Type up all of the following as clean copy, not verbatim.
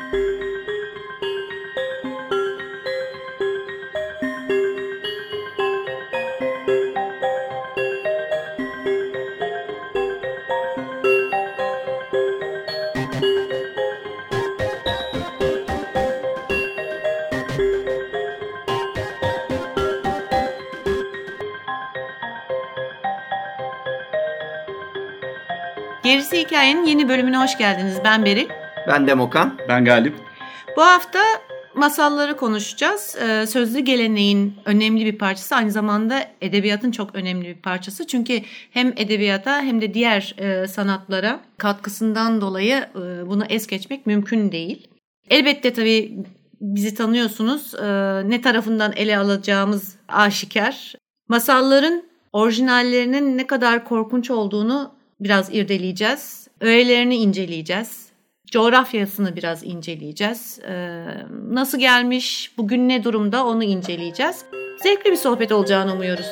Gerisi Hikayenin yeni bölümüne hoş geldiniz. Ben Beril. Ben Demokan. Ben Galip. Bu hafta masalları konuşacağız. Sözlü geleneğin önemli bir parçası, aynı zamanda edebiyatın çok önemli bir parçası. Çünkü hem edebiyata hem de diğer sanatlara katkısından dolayı bunu es geçmek mümkün değil. Elbette tabii bizi tanıyorsunuz. Ne tarafından ele alacağımız aşikar. Masalların orijinallerinin ne kadar korkunç olduğunu biraz irdeleyeceğiz. Öğelerini inceleyeceğiz. Coğrafyasını biraz inceleyeceğiz. Nasıl gelmiş, bugün ne durumda onu inceleyeceğiz. Zevkli bir sohbet olacağını umuyoruz.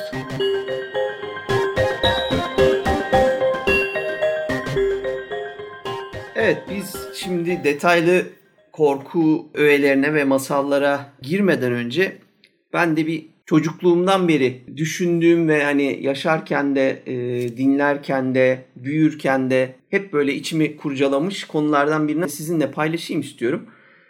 Evet, biz şimdi detaylı korku öğelerine ve masallara girmeden önce ben de bir çocukluğumdan beri düşündüğüm ve hani yaşarken de, dinlerken de, büyürken de hep böyle içimi kurcalamış konulardan birini sizinle paylaşayım istiyorum.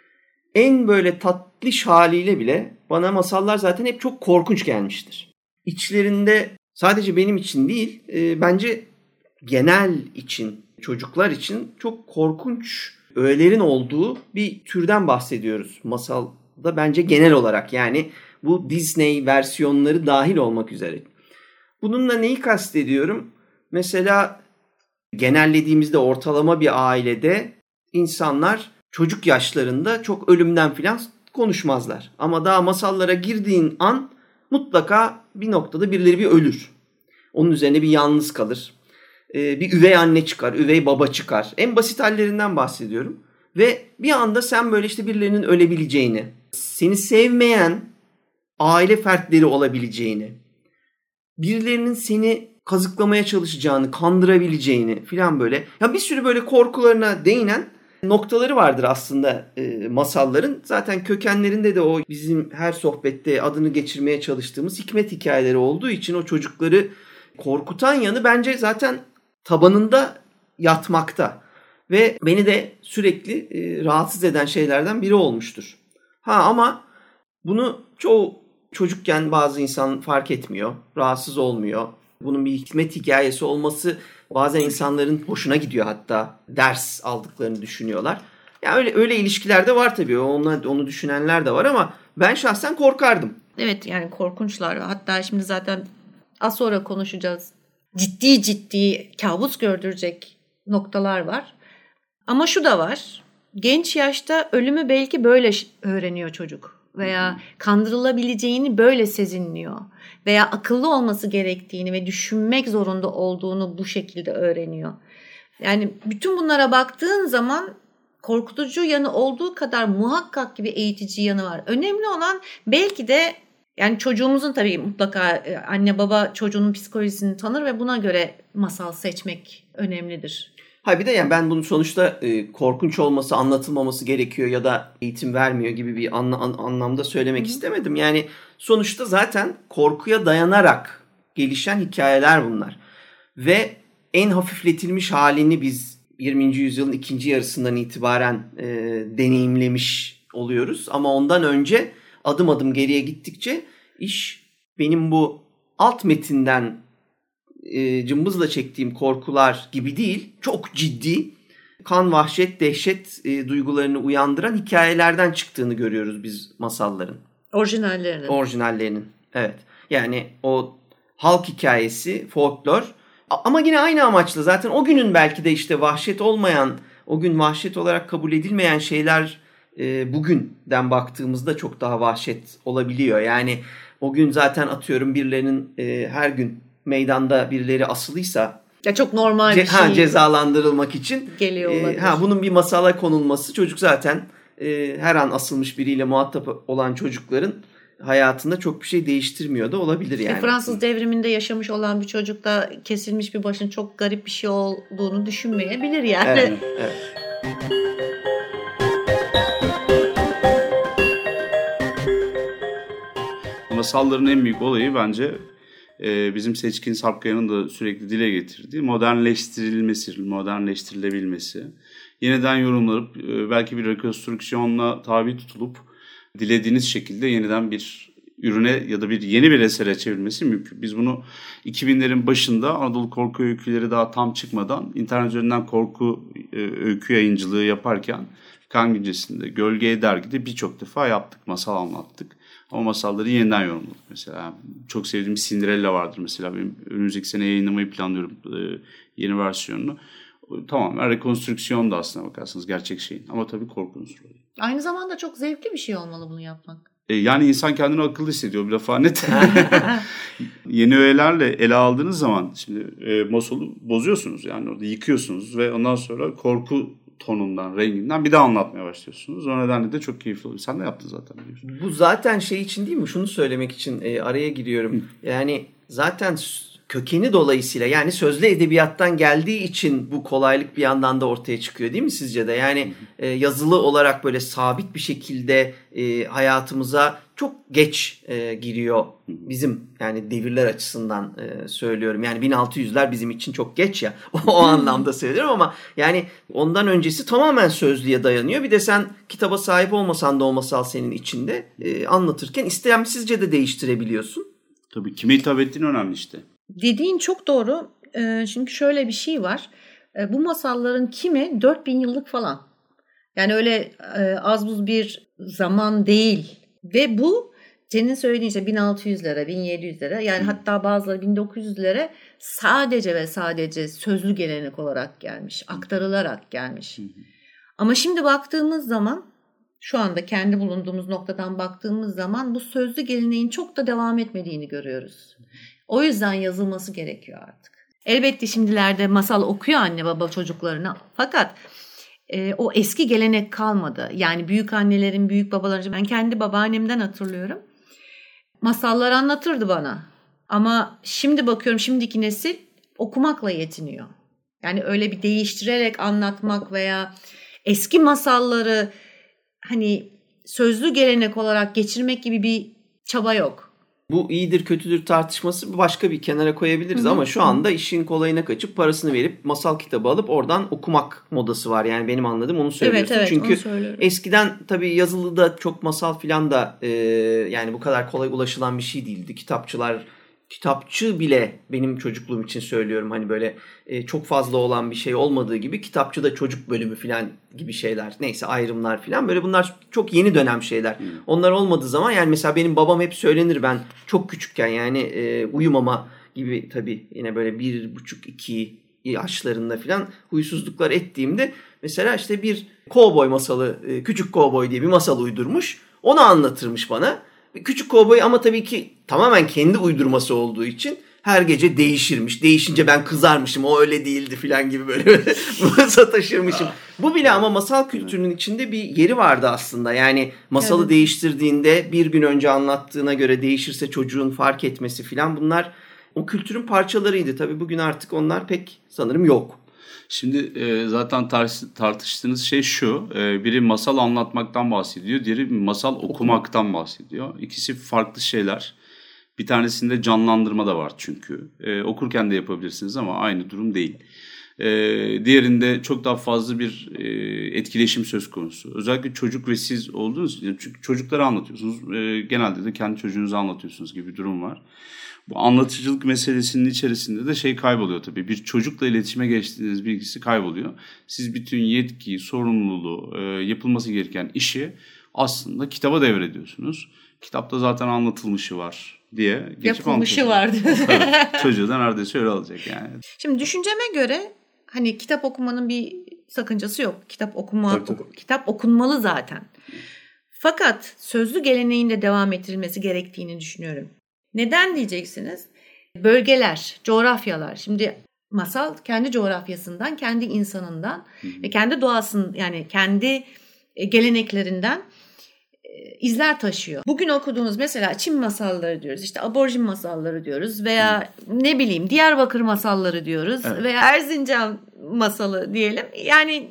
En böyle tatlış haliyle bile bana masallar zaten hep çok korkunç gelmiştir. İçlerinde sadece benim için değil, bence genel için, çocuklar için çok korkunç öğelerin olduğu bir türden bahsediyoruz masalda bence genel olarak, yani bu Disney versiyonları dahil olmak üzere. Bununla neyi kastediyorum? Mesela genellediğimizde ortalama bir ailede insanlar çocuk yaşlarında çok ölümden falan konuşmazlar. Ama daha masallara girdiğin an mutlaka bir noktada birileri bir ölür. Onun üzerine bir yalnız kalır. Bir üvey anne çıkar, üvey baba çıkar. En basit hallerinden bahsediyorum. Ve bir anda sen böyle işte birilerinin ölebileceğini, seni sevmeyen aile fertleri olabileceğini, birilerinin seni kazıklamaya çalışacağını, kandırabileceğini falan böyle. Ya bir sürü böyle korkularına değinen noktaları vardır aslında masalların. Zaten kökenlerinde de o bizim her sohbette adını geçirmeye çalıştığımız hikmet hikayeleri olduğu için o çocukları korkutan yanı bence zaten tabanında yatmakta. Ve beni de sürekli rahatsız eden şeylerden biri olmuştur. Ama bunu çoğu çocukken bazı insan fark etmiyor, rahatsız olmuyor. Bunun bir hikmet hikayesi olması bazen insanların hoşuna gidiyor, hatta ders aldıklarını düşünüyorlar. Yani öyle ilişkiler de var tabii. Onu düşünenler de var ama ben şahsen korkardım. Evet, yani korkunçlar. Hatta şimdi zaten az sonra konuşacağız. Ciddi kabus gördürecek noktalar var. Ama şu da var. Genç yaşta ölümü belki böyle öğreniyor çocuk. Veya kandırılabileceğini böyle sezinliyor. Veya akıllı olması gerektiğini ve düşünmek zorunda olduğunu bu şekilde öğreniyor. Yani bütün bunlara baktığın zaman korkutucu yanı olduğu kadar muhakkak ki bir eğitici yanı var. Önemli olan belki de yani çocuğumuzun, tabii mutlaka anne baba çocuğunun psikolojisini tanır ve buna göre masal seçmek önemlidir. Bir de yani ben bunun sonuçta korkunç olması, anlatılmaması gerekiyor ya da eğitim vermiyor gibi bir anlamda söylemek istemedim. Yani sonuçta zaten korkuya dayanarak gelişen hikayeler bunlar. Ve en hafifletilmiş halini biz 20. yüzyılın ikinci yarısından itibaren deneyimlemiş oluyoruz. Ama ondan önce adım adım geriye gittikçe iş benim bu alt metinden cımbızla çektiğim korkular gibi değil, çok ciddi kan, vahşet, dehşet duygularını uyandıran hikayelerden çıktığını görüyoruz biz masalların. Orijinallerinin. Evet. Yani o halk hikayesi, folklor ama yine aynı amaçla zaten o günün belki de işte vahşet olmayan, o gün vahşet olarak kabul edilmeyen şeyler bugünden baktığımızda çok daha vahşet olabiliyor. Yani o gün zaten atıyorum birilerinin her gün meydanda birileri asılıysa ya çok normal bir şey. Cezalandırılmak için geliyor olabilir. Bunun bir masala konulması, çocuk zaten her an asılmış biriyle muhatap olan çocukların hayatında çok bir şey değiştirmiyor da olabilir yani. Fransız devriminde yaşamış olan bir çocuk da kesilmiş bir başın çok garip bir şey olduğunu düşünmeyebilir yani. Evet. Masalların en büyük olayı bence bizim Seçkin Sarpkaya'nın da sürekli dile getirdiği modernleştirilebilmesi. Yeniden yorumlanıp belki bir rekonstrüksiyonla tabi tutulup dilediğiniz şekilde yeniden bir ürüne ya da yeni bir esere çevrilmesi mümkün. Biz bunu 2000'lerin başında Anadolu Korku Öyküleri daha tam çıkmadan internet üzerinden korku öykü yayıncılığı yaparken Kan Güncesi'nde, Gölge dergide birçok defa yaptık, masal anlattık. Ama masalları yeniden yorumladık mesela. Çok sevdiğim bir Cinderella vardır mesela. Benim önümüzdeki sene yayınlamayı planlıyorum yeni versiyonunu. Tamamen rekonstrüksiyon da aslına bakarsanız gerçek şeyin. Ama tabii korku unsuru. Aynı zamanda çok zevkli bir şey olmalı bunu yapmak. Yani insan kendini akıllı hissediyor bir defa net. Yeni öğelerle ele aldığınız zaman şimdi masalı bozuyorsunuz. Yani orada yıkıyorsunuz ve ondan sonra korku tonundan, renginden bir daha anlatmaya başlıyorsunuz. O nedenle de çok keyifli oluyor. Sen de yaptın zaten biliyorsun. Bu zaten şey için değil mi? Şunu söylemek için araya giriyorum. Yani zaten kökeni dolayısıyla yani sözlü edebiyattan geldiği için bu kolaylık bir yandan da ortaya çıkıyor değil mi sizce de? Yani yazılı olarak böyle sabit bir şekilde hayatımıza çok geç giriyor bizim yani devirler açısından söylüyorum. Yani 1600'ler bizim için çok geç ya o anlamda söylüyorum ama yani ondan öncesi tamamen sözlüğe dayanıyor. Bir de sen kitaba sahip olmasan da o masal senin içinde anlatırken istemsizce de değiştirebiliyorsun. Tabii kime hitap ettiğin önemli işte. Dediğin çok doğru. Çünkü şöyle bir şey var. Bu masalların kimi 4000 yıllık falan. Yani öyle az buz bir zaman değil. Ve bu senin söylediğin işte 1600'lere, 1700'lere yani hatta bazıları 1900'lere sadece ve sadece sözlü gelenek olarak gelmiş. Aktarılarak gelmiş. Ama şimdi baktığımız zaman şu anda kendi bulunduğumuz noktadan baktığımız zaman bu sözlü geleneğin çok da devam etmediğini görüyoruz. O yüzden yazılması gerekiyor artık. Elbette şimdilerde masal okuyor anne baba çocuklarına. Fakat o eski gelenek kalmadı. Yani büyük annelerin, büyük babaların, ben kendi babaannemden hatırlıyorum. Masallar anlatırdı bana. Ama şimdi bakıyorum şimdiki nesil okumakla yetiniyor. Yani öyle bir değiştirerek anlatmak veya eski masalları hani sözlü gelenek olarak geçirmek gibi bir çaba yok. Bu iyidir kötüdür tartışması başka bir kenara koyabiliriz ama şu anda işin kolayına kaçıp parasını verip masal kitabı alıp oradan okumak modası var. Yani benim anladığım onu söylüyorsun. Evet, çünkü eskiden tabii yazılıda çok masal filan da yani bu kadar kolay ulaşılan bir şey değildi. Kitapçı bile benim çocukluğum için söylüyorum hani böyle çok fazla olan bir şey olmadığı gibi kitapçıda çocuk bölümü falan gibi şeyler neyse ayrımlar falan böyle bunlar çok yeni dönem şeyler. Onlar olmadığı zaman yani mesela benim babam hep söylenir ben çok küçükken yani uyumama gibi tabii yine böyle 1,5-2 yaşlarında falan huysuzluklar ettiğimde mesela işte bir kovboy masalı Küçük Kovboy diye bir masal uydurmuş onu anlatırmış bana. Küçük Kovboy ama tabii ki tamamen kendi uydurması olduğu için her gece değişirmiş. Değişince ben kızarmışım. O öyle değildi falan gibi böyle sataşırmışım. Bu bile ama masal kültürünün içinde bir yeri vardı aslında. Yani masalı değiştirdiğinde bir gün önce anlattığına göre değişirse çocuğun fark etmesi falan bunlar o kültürün parçalarıydı. Tabii bugün artık onlar pek sanırım yok. Şimdi zaten tartıştığınız şey şu. Biri masal anlatmaktan bahsediyor. Diğeri masal okumaktan bahsediyor. İkisi farklı şeyler. Bir tanesinde canlandırma da var çünkü. Okurken de yapabilirsiniz ama aynı durum değil. Diğerinde çok daha fazla bir etkileşim söz konusu. Özellikle çocuk ve siz olduğunuz için çünkü çocuklara anlatıyorsunuz. Genelde de kendi çocuğunuza anlatıyorsunuz gibi bir durum var. Bu anlatıcılık meselesinin içerisinde de şey kayboluyor tabii. Bir çocukla iletişime geçtiğiniz bilgisi kayboluyor. Siz bütün yetkiyi, sorumluluğu, yapılması gereken işi aslında kitaba devrediyorsunuz. Kitapta zaten anlatılmışı var diye. Yapılmışı vardı. Çocuğu da neredeyse öyle alacak yani. Şimdi düşünceme göre hani kitap okumanın bir sakıncası yok. Kitap okunmalı zaten. Fakat sözlü geleneğin de devam ettirilmesi gerektiğini düşünüyorum. Neden diyeceksiniz? Bölgeler, coğrafyalar. Şimdi masal kendi coğrafyasından, kendi insanından ve kendi doğasının yani kendi geleneklerinden izler taşıyor. Bugün okuduğumuz mesela Çin masalları diyoruz, işte aborjin masalları diyoruz veya ne bileyim Diyarbakır masalları diyoruz veya Erzincan masalı diyelim. Yani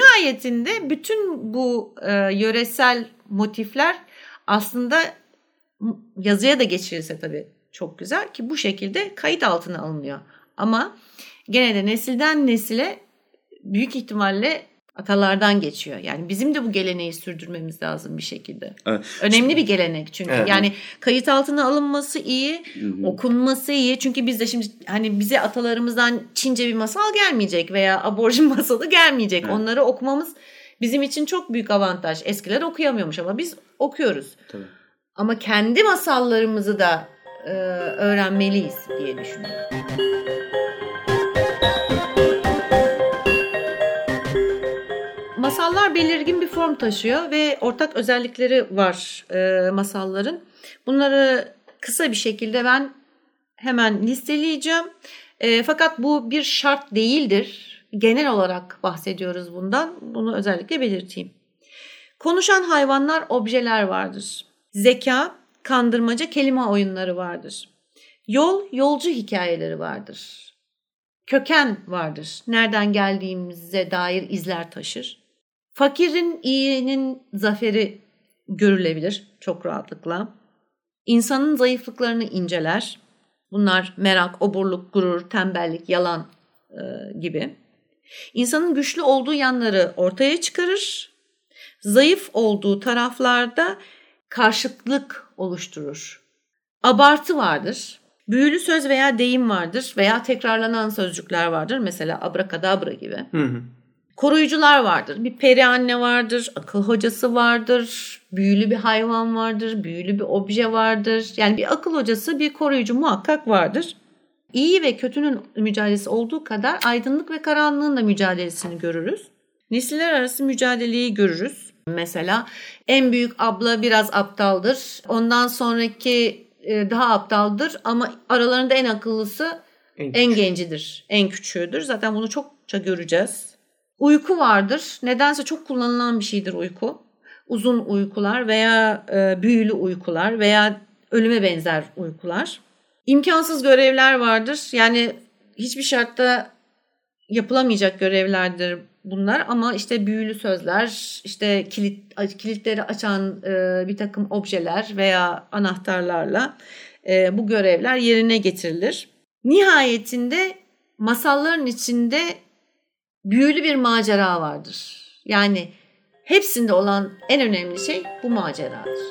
nihayetinde bütün bu yöresel motifler aslında yazıya da geçirirse tabii çok güzel ki bu şekilde kayıt altına alınıyor. Ama gene de nesilden nesile büyük ihtimalle atalardan geçiyor. Yani bizim de bu geleneği sürdürmemiz lazım bir şekilde. Evet. Önemli bir gelenek çünkü. Evet. Yani kayıt altına alınması iyi, okunması iyi. Çünkü biz de şimdi hani bize atalarımızdan Çince bir masal gelmeyecek veya aborjin masalı gelmeyecek. Evet. Onları okumamız bizim için çok büyük avantaj. Eskiler okuyamıyormuş ama biz okuyoruz. Tabii. Ama kendi masallarımızı da öğrenmeliyiz diye düşünüyorum. Masallar belirgin bir form taşıyor ve ortak özellikleri var masalların. Bunları kısa bir şekilde ben hemen listeleyeceğim. Fakat bu bir şart değildir. Genel olarak bahsediyoruz bundan. Bunu özellikle belirteyim. Konuşan hayvanlar, objeler vardır. Zeka, kandırmaca, kelime oyunları vardır. Yol, yolcu hikayeleri vardır. Köken vardır. Nereden geldiğimize dair izler taşır. Fakirin, iyinin zaferi görülebilir çok rahatlıkla. İnsanın zayıflıklarını inceler. Bunlar merak, oburluk, gurur, tembellik, yalan gibi. İnsanın güçlü olduğu yanları ortaya çıkarır. Zayıf olduğu taraflarda karşıtlık oluşturur. Abartı vardır. Büyülü söz veya deyim vardır veya tekrarlanan sözcükler vardır. Mesela abrakadabra gibi. Koruyucular vardır. Bir peri anne vardır, akıl hocası vardır, büyülü bir hayvan vardır, büyülü bir obje vardır. Yani bir akıl hocası, bir koruyucu muhakkak vardır. İyi ve kötünün mücadelesi olduğu kadar aydınlık ve karanlığın da mücadelesini görürüz. Nesiller arası mücadeleyi görürüz. Mesela en büyük abla biraz aptaldır. Ondan sonraki daha aptaldır ama aralarında en akıllısı en gencidir, en küçüğüdür. Zaten bunu çokça göreceğiz. Uyku vardır. Nedense çok kullanılan bir şeydir uyku. Uzun uykular veya büyülü uykular veya ölüme benzer uykular. İmkansız görevler vardır. Yani hiçbir şartta yapılamayacak görevlerdir bunlar ama işte büyülü sözler, işte kilitleri açan bir takım objeler veya anahtarlarla bu görevler yerine getirilir. Nihayetinde masalların içinde büyülü bir macera vardır. Yani hepsinde olan en önemli şey bu maceradır.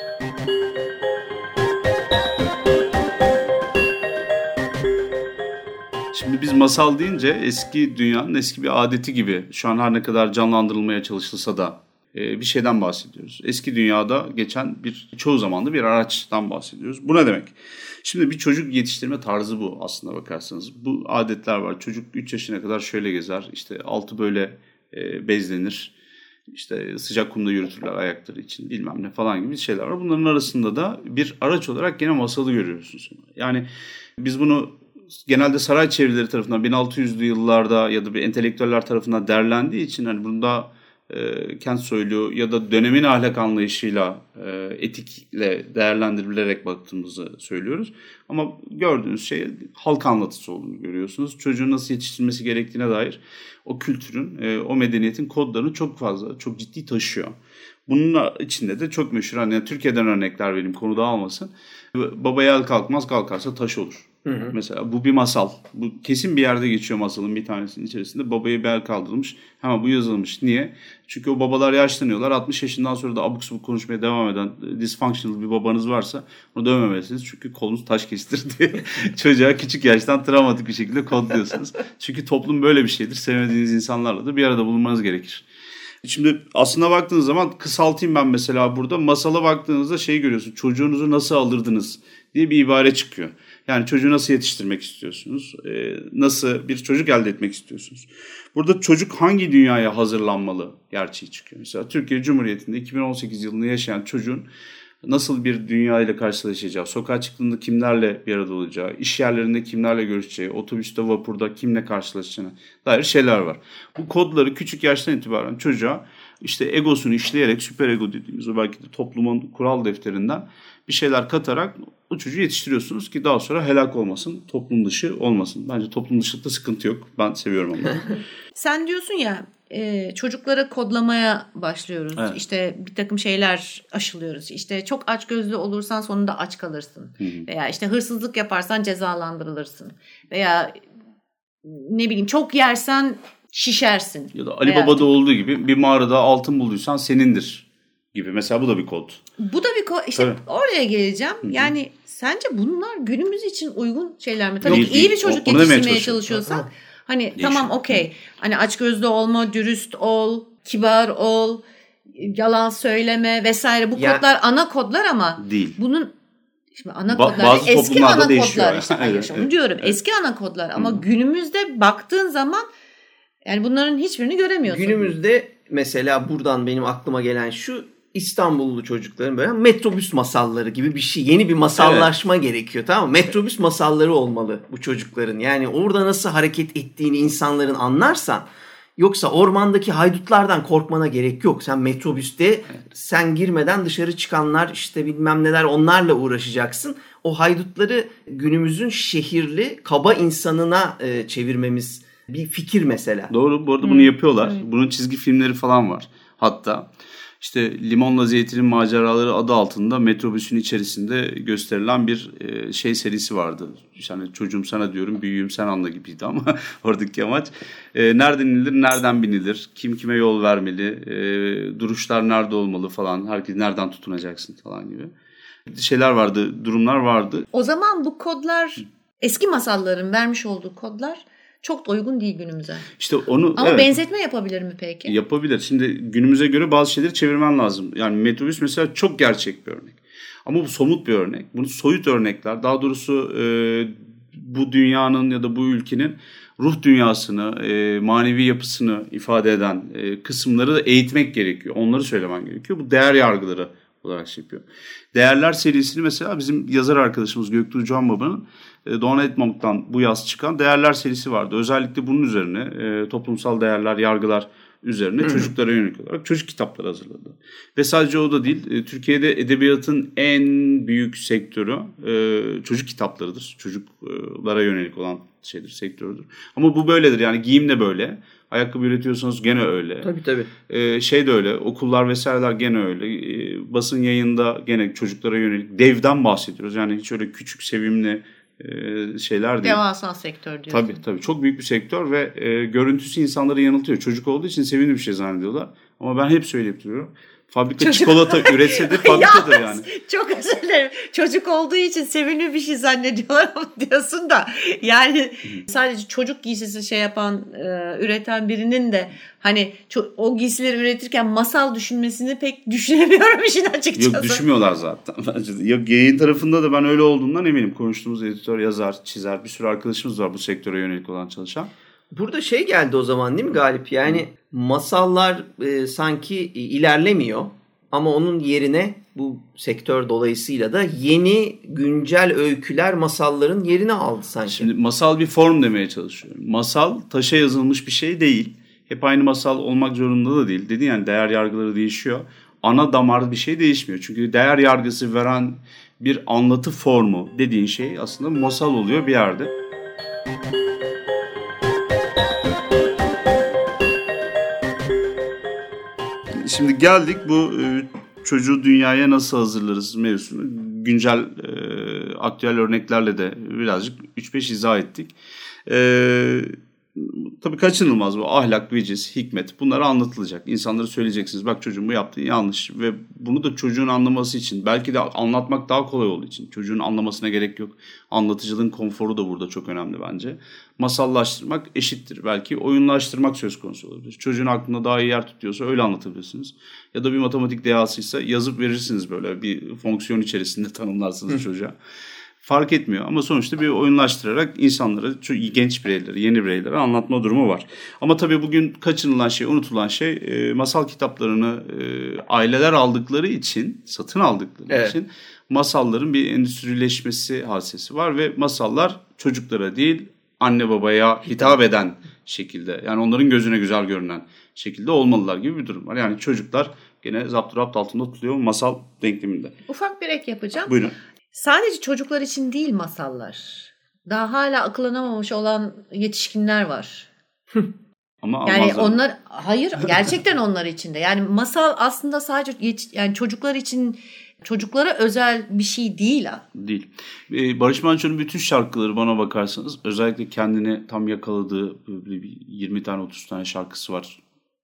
Şimdi biz masal deyince eski dünyanın eski bir adeti gibi şu an her ne kadar canlandırılmaya çalışılsa da bir şeyden bahsediyoruz. Eski dünyada geçen çoğu zaman da bir araçtan bahsediyoruz. Bu ne demek? Şimdi bir çocuk yetiştirme tarzı bu aslında bakarsanız. Bu adetler var. Çocuk 3 yaşına kadar şöyle gezer. İşte altı böyle bezlenir. İşte sıcak kumda yürütürler ayakları için bilmem ne falan gibi şeyler var. Bunların arasında da bir araç olarak gene masalı görüyorsunuz. Yani biz bunu genelde saray çevreleri tarafından 1600'lü yıllarda ya da bir entelektüeller tarafından derlendiği için hani bunda kent soylu ya da dönemin ahlak anlayışıyla etikle değerlendirilerek baktığımızı söylüyoruz. Ama gördüğünüz şey halk anlatısı olduğunu görüyorsunuz. Çocuğun nasıl yetiştirilmesi gerektiğine dair o kültürün, o medeniyetin kodlarını çok fazla, çok ciddi taşıyor. Bunun içinde de çok meşhur, hani Türkiye'den örnekler vereyim, konu dağılmasın. Babaya el kalkmaz, kalkarsa taş olur. Mesela bu bir masal. Bu kesin bir yerde geçiyor masalın bir tanesinin içerisinde. Babaya bir el kaldırılmış. Hemen bu yazılmış. Niye? Çünkü o babalar yaşlanıyorlar. 60 yaşından sonra da abuk subuk konuşmaya devam eden dysfunctional bir babanız varsa onu dövmemelisiniz. Çünkü kolunuz taş kestir diye çocuğa küçük yaştan travmatik bir şekilde kodluyorsunuz. Çünkü toplum böyle bir şeydir. Sevmediğiniz insanlarla da bir arada bulunmanız gerekir. Şimdi aslına baktığınız zaman kısaltayım ben mesela burada. Masala baktığınızda şeyi görüyorsun. Çocuğunuzu nasıl alırdınız diye bir ibare çıkıyor. Yani çocuğu nasıl yetiştirmek istiyorsunuz? Nasıl bir çocuk elde etmek istiyorsunuz? Burada çocuk hangi dünyaya hazırlanmalı gerçeği çıkıyor. Mesela Türkiye Cumhuriyeti'nde 2018 yılında yaşayan çocuğun nasıl bir dünya ile karşılaşacağı, sokağa çıktığında kimlerle bir arada olacağı, iş yerlerinde kimlerle görüşeceği, otobüste, vapurda kimle karşılaşacağına dair şeyler var. Bu kodları küçük yaştan itibaren çocuğa işte egosunu işleyerek, süper ego dediğimiz o belki de toplumun kural defterinden bir şeyler katarak o çocuğu yetiştiriyorsunuz ki daha sonra helak olmasın, toplum dışı olmasın. Bence toplum dışılıkta sıkıntı yok. Ben seviyorum onları. Sen diyorsun ya çocuklara kodlamaya başlıyoruz. Evet. İşte bir takım şeyler aşılıyoruz. İşte çok açgözlü olursan sonunda aç kalırsın. Veya işte hırsızlık yaparsan cezalandırılırsın. Veya ne bileyim çok yersen şişersin. Ya da Ali Baba'da olduğu gibi bir mağarada altın bulduysan senindir gibi. Mesela bu da bir kod. Bu da bir kod. İşte Tabii. oraya geleceğim. Yani sence bunlar günümüz için uygun şeyler mi? Tabii Değil, ki iyi bir çocuk onu demeye yetiştirmeye çalışıyorum. çalışıyorsak hani Değişiyor. tamam okey. Hani açgözlü olma, dürüst ol, kibar ol, yalan söyleme vesaire. Bu kodlar ana kodlar ama değil. Bunun şimdi ana Bazı kodlar eski toplumlarda ana değişiyor. kodlar işte. Evet, Onu diyorum. evet. Eski ana kodlar ama günümüzde baktığın zaman yani bunların hiçbirini göremiyorsun. Günümüzde mesela buradan benim aklıma gelen şu, İstanbullu çocukların böyle metrobüs masalları gibi bir şey. Yeni bir masallaşma gerekiyor, tamam mı? Metrobüs masalları olmalı bu çocukların. Yani orada nasıl hareket ettiğini insanların anlarsan, yoksa ormandaki haydutlardan korkmana gerek yok. Sen metrobüste sen girmeden dışarı çıkanlar işte bilmem neler, onlarla uğraşacaksın. O haydutları günümüzün şehirli kaba insanına çevirmemiz bir fikir mesela. Doğru. Bu arada bunu yapıyorlar. Bunun çizgi filmleri falan var. Hatta işte Limonla Zeytin'in Maceraları adı altında metrobüsün içerisinde gösterilen bir serisi vardı. Yani çocuğum sana diyorum, büyüğüm sen anla gibiydi ama oradaki amaç. Nereden inilir, nereden binilir, kim kime yol vermeli, duruşlar nerede olmalı falan, herkes nereden tutunacaksın falan gibi şeyler vardı, durumlar vardı. O zaman bu kodlar eski masalların vermiş olduğu kodlar çok da uygun değil günümüze. İşte onu ama benzetme yapabilir mi peki? Yapabilir. Şimdi günümüze göre bazı şeyleri çevirmen lazım. Yani metrobüs mesela çok gerçek bir örnek. Ama bu somut bir örnek. Bunu soyut örnekler, daha doğrusu bu dünyanın ya da bu ülkenin ruh dünyasını, manevi yapısını ifade eden kısımları da eğitmek gerekiyor. Onları söylemen gerekiyor. Bu değer yargıları olarak şey yapıyor. Değerler serisini mesela bizim yazar arkadaşımız Göktuğ Can Baba'nın Doğan Edmont'tan bu yaz çıkan Değerler serisi vardı. Özellikle bunun üzerine toplumsal değerler, yargılar üzerine çocuklara yönelik olarak çocuk kitapları hazırladı. Ve sadece o da değil, Türkiye'de edebiyatın en büyük sektörü çocuk kitaplarıdır. Çocuklara yönelik olan sektördür. Ama bu böyledir, yani giyim de böyle. Ayakkabı üretiyorsanız gene öyle. Tabii. Şey de öyle, okullar vesaireler gene öyle. Basın yayında gene çocuklara yönelik devden bahsediyoruz. Yani hiç öyle küçük, sevimli şeyler değil. Devasa sektör diyorsun. Tabii çok büyük bir sektör ve görüntüsü insanları yanıltıyor. Çocuk olduğu için sevimli bir şey zannediyorlar. Ama ben hep söyleyip duruyorum. Fabrika çikolata üretse de fabrikadır yani. Çok özür dilerim. Çocuk olduğu için sevimli bir şey zannediyorlar diyorsun da. Yani sadece çocuk giysisi yok üreten birinin de hani o giysileri üretirken masal düşünmesini pek düşünemiyorum işin açıkçası. Yok, düşünmüyorlar zaten. Yok, yayın tarafında da ben öyle olduğundan eminim. Konuştuğumuz editör, yazar, çizer bir sürü arkadaşımız var bu sektöre yönelik olan çalışan. Burada geldi o zaman değil mi Galip? Yani masallar sanki ilerlemiyor ama onun yerine bu sektör dolayısıyla da yeni güncel öyküler masalların yerini aldı sanki. Şimdi masal bir form demeye çalışıyorum. Masal taşa yazılmış bir şey değil. Hep aynı masal olmak zorunda da değil. Dedin yani değer yargıları değişiyor. Ana damar bir şey değişmiyor. Çünkü değer yargısı veren bir anlatı formu dediğin şey aslında masal oluyor bir yerde. Şimdi geldik bu çocuğu dünyaya nasıl hazırlarız mevzusunu. Güncel aktüel örneklerle de birazcık 3-5 izah ettik. Tabii kaçınılmaz bu ahlak, veciz, hikmet, bunları anlatılacak. İnsanlara söyleyeceksiniz, bak çocuğum bu yaptığın yanlış ve bunu da çocuğun anlaması için, belki de anlatmak daha kolay olduğu için, çocuğun anlamasına gerek yok. Anlatıcılığın konforu da burada çok önemli bence. Masallaştırmak eşittir. Belki oyunlaştırmak söz konusu olabilir. Çocuğun aklında daha iyi yer tutuyorsa öyle anlatabilirsiniz. Ya da bir matematik dehasıysa yazıp verirsiniz, böyle bir fonksiyon içerisinde tanımlarsınız çocuğa. Fark etmiyor ama sonuçta bir oyunlaştırarak insanlara, genç bireylere, yeni bireylere anlatma durumu var. Ama tabii bugün kaçınılan şey, unutulan şey masal kitaplarını aileler aldıkları için, satın aldıkları için masalların bir endüstrileşmesi hadisesi var ve masallar çocuklara değil anne babaya hitap eden şekilde, yani onların gözüne güzel görünen şekilde olmalılar gibi bir durum var. Yani çocuklar gene zapturapt altında tutuluyor masal denkleminde. Ufak bir ek yapacağım. Buyurun. Sadece çocuklar için değil masallar. Daha hala akıllanamamış olan yetişkinler var. Ama yani onlar hayır gerçekten onlar için de. Yani masal aslında sadece yani çocuklar için, çocuklara özel bir şey değil. Değil. Barış Manço'nun bütün şarkıları bana bakarsanız özellikle kendini tam yakaladığı 20 tane 30 tane şarkısı var.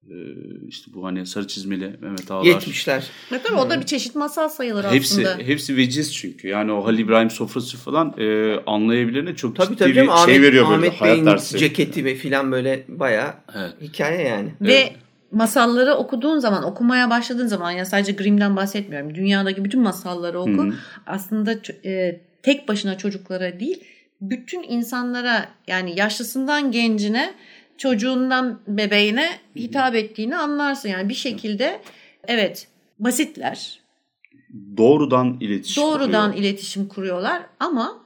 İşte bu hani Sarı Çizmeli Mehmet Ağlar. 70'ler. Tabii o da bir çeşit masal sayılır aslında. Hepsi veciz çünkü. Yani o Halil İbrahim sofrası falan anlayabilene çok tabii, ciddi bir Ahmet, şey veriyor böyle. Ahmet hayat Bey'in dersi. ceketi ve filan böyle bayağı hikaye yani. Ve masalları okuduğun zaman, okumaya başladığın zaman, ya sadece Grimm'den bahsetmiyorum. Dünyadaki bütün masalları oku. Hı-hı. Aslında tek başına çocuklara değil, bütün insanlara, yani yaşlısından gencine, çocuğundan bebeğine hitap ettiğini anlarsın. Yani bir şekilde evet basitler. Doğrudan iletişim kuruyorlar ama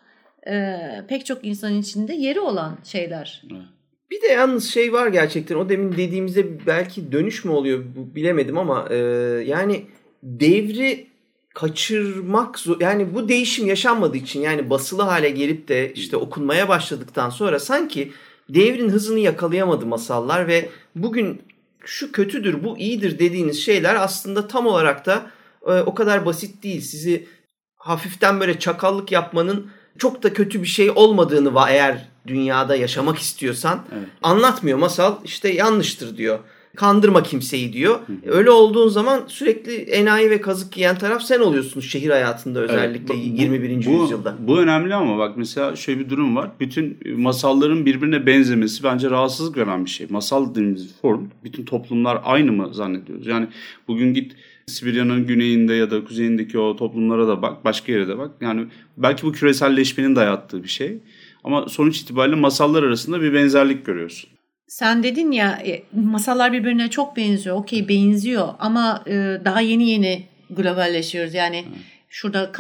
pek çok insanın içinde yeri olan şeyler. Bir de yalnız şey var gerçekten, o demin dediğimizde belki dönüş mü oluyor bilemedim ama yani devri kaçırmak zor. Yani bu değişim yaşanmadığı için, yani basılı hale gelip de işte okunmaya başladıktan sonra sanki devrin hızını yakalayamadı masallar ve bugün şu kötüdür, bu iyidir dediğiniz şeyler aslında tam olarak da o kadar basit değil. Sizi hafiften böyle çakallık yapmanın çok da kötü bir şey olmadığını, eğer dünyada yaşamak istiyorsan anlatmıyor. Masal işte yanlıştır diyor. Kandırma kimseyi diyor. Öyle olduğun zaman sürekli enayi ve kazık yiyen taraf sen oluyorsun şehir hayatında, özellikle 21. yüzyılda. Bu önemli ama bak mesela şöyle bir durum var. Bütün masalların birbirine benzemesi bence rahatsızlık veren bir şey. Masal dediğimiz form, bütün toplumlar aynı mı zannediyoruz? Yani bugün git Sibirya'nın güneyinde ya da kuzeyindeki o toplumlara da bak, başka yere de bak. Yani belki bu küreselleşmenin dayattığı bir şey. Ama sonuç itibariyle masallar arasında bir benzerlik görüyorsun. Sen dedin ya masallar birbirine çok benziyor. Okey, benziyor ama daha yeni globalleşiyoruz. Yani şurada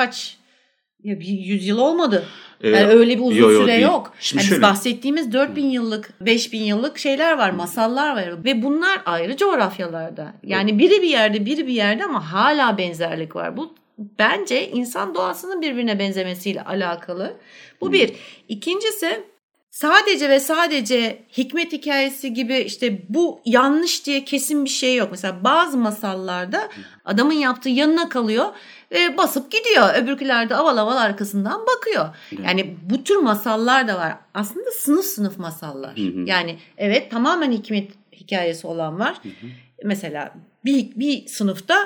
bir 100 yıl olmadı. Yani öyle bir uzun süre yok. Yani biz bahsettiğimiz 4000 yıllık, 5000 yıllık şeyler var, masallar var. Ve bunlar ayrı coğrafyalarda. Yani biri bir yerde, biri bir yerde ama hala benzerlik var. Bu bence insan doğasının birbirine benzemesiyle alakalı. Bu bir. İkincisi, sadece ve sadece hikmet hikayesi gibi işte bu yanlış diye kesin bir şey yok. Mesela bazı masallarda adamın yaptığı yanına kalıyor ve basıp gidiyor. Öbürkülerde aval aval arkasından bakıyor. Yani bu tür masallar da var. Aslında sınıf sınıf masallar. Yani evet, tamamen hikmet hikayesi olan var. Mesela bir sınıfta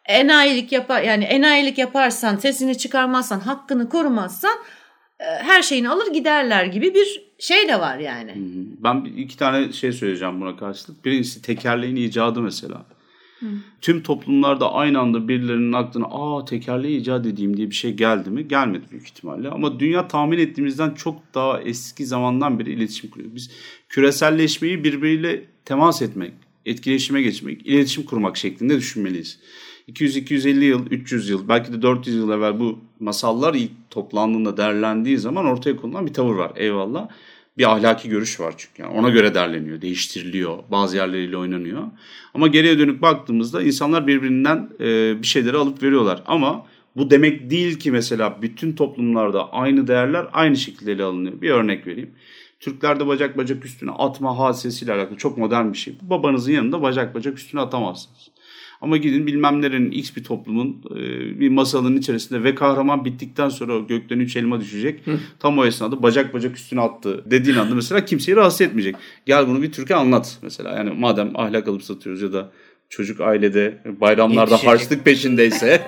enayilik yaparsan, sesini çıkarmazsan, hakkını korumazsan her şeyini alır giderler gibi bir şey de var yani. Ben iki tane şey söyleyeceğim buna karşılık. Birincisi tekerleğin icadı mesela. Tüm toplumlarda aynı anda birilerinin aklına tekerleği icat edeyim diye bir şey geldi mi? Gelmedi büyük ihtimalle. Ama dünya tahmin ettiğimizden çok daha eski zamandan beri iletişim kuruyor. Biz küreselleşmeyi birbiriyle temas etmek, etkileşime geçmek, iletişim kurmak şeklinde düşünmeliyiz. 200-250 yıl, 300 yıl, belki de 400 yıl evvel bu masallar ilk toplandığında, derlendiği zaman ortaya konulan bir tavır var. Eyvallah. Bir ahlaki görüş var çünkü. Yani ona göre derleniyor, değiştiriliyor, bazı yerleriyle oynanıyor. Ama geriye dönük baktığımızda insanlar birbirinden bir şeyleri alıp veriyorlar. Ama bu demek değil ki mesela bütün toplumlarda aynı değerler aynı şekilde ele alınıyor. Bir örnek vereyim. Türklerde bacak bacak üstüne atma hadisesiyle alakalı çok modern bir şey. Babanızın yanında bacak bacak üstüne atamazsınız. Ama gidin bilmem nerenin X bir toplumun bir masalının içerisinde ve kahraman bittikten sonra o gökten 3 elma düşecek. Tam o esnada bacak bacak üstüne attı dediğin anda mesela kimseyi rahatsız etmeyecek. Gel bunu bir Türk'e anlat mesela. Yani madem ahlak alıp satıyoruz ya da çocuk ailede bayramlarda harçlık peşindeyse.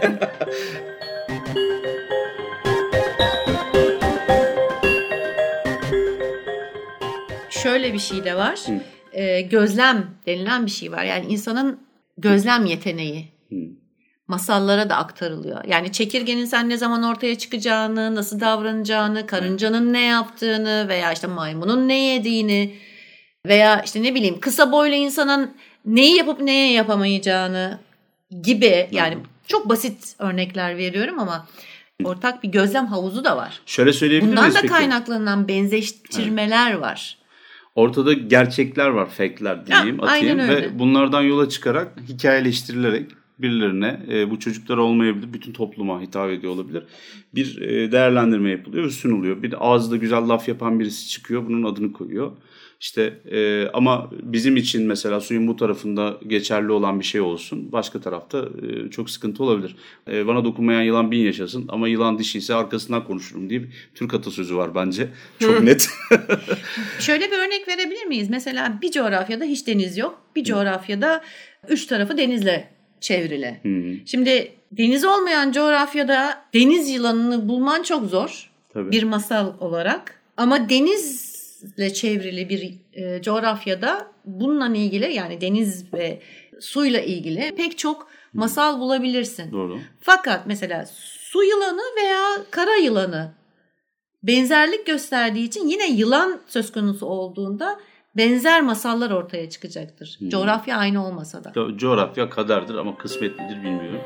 Şöyle bir şey de var. Gözlem denilen bir şey var. Yani insanın gözlem yeteneği masallara da aktarılıyor. Yani çekirgenin sen ne zaman ortaya çıkacağını, nasıl davranacağını, karıncanın ne yaptığını veya işte maymunun ne yediğini veya işte ne bileyim kısa boylu insanın neyi yapıp neye yapamayacağını gibi, yani çok basit örnekler veriyorum ama ortak bir gözlem havuzu da var. Şöyle söyleyebilir miyiz bundan da kaynaklanan benzeştirmeler var. Ortada gerçekler var, fake'ler diyeyim, atayım ve bunlardan yola çıkarak hikayeleştirilerek birilerine bu çocuklar olmayabilir, bütün topluma hitap ediyor olabilir. Bir değerlendirme yapılıyor ve sunuluyor. Bir de ağzında güzel laf yapan birisi çıkıyor, bunun adını koyuyor. İşte ama bizim için mesela suyun bu tarafında geçerli olan bir şey olsun. Başka tarafta çok sıkıntı olabilir. Bana dokunmayan yılan bin yaşasın ama yılan dişiyse arkasından konuşurum diye bir Türk atasözü var bence. Çok net. Şöyle bir örnek verebilir miyiz? Mesela bir coğrafyada hiç deniz yok. Bir coğrafyada 3 tarafı denizle çevrili. Şimdi deniz olmayan coğrafyada deniz yılanını bulman çok zor. Tabii. Bir masal olarak. Ama denizle çevrili bir coğrafyada bununla ilgili, yani deniz ve suyla ilgili pek çok masal bulabilirsin. Doğru. Fakat mesela su yılanı veya kara yılanı benzerlik gösterdiği için yine yılan söz konusu olduğunda benzer masallar ortaya çıkacaktır. Coğrafya aynı olmasa da. Coğrafya kaderdir ama kısmet midir bilmiyorum.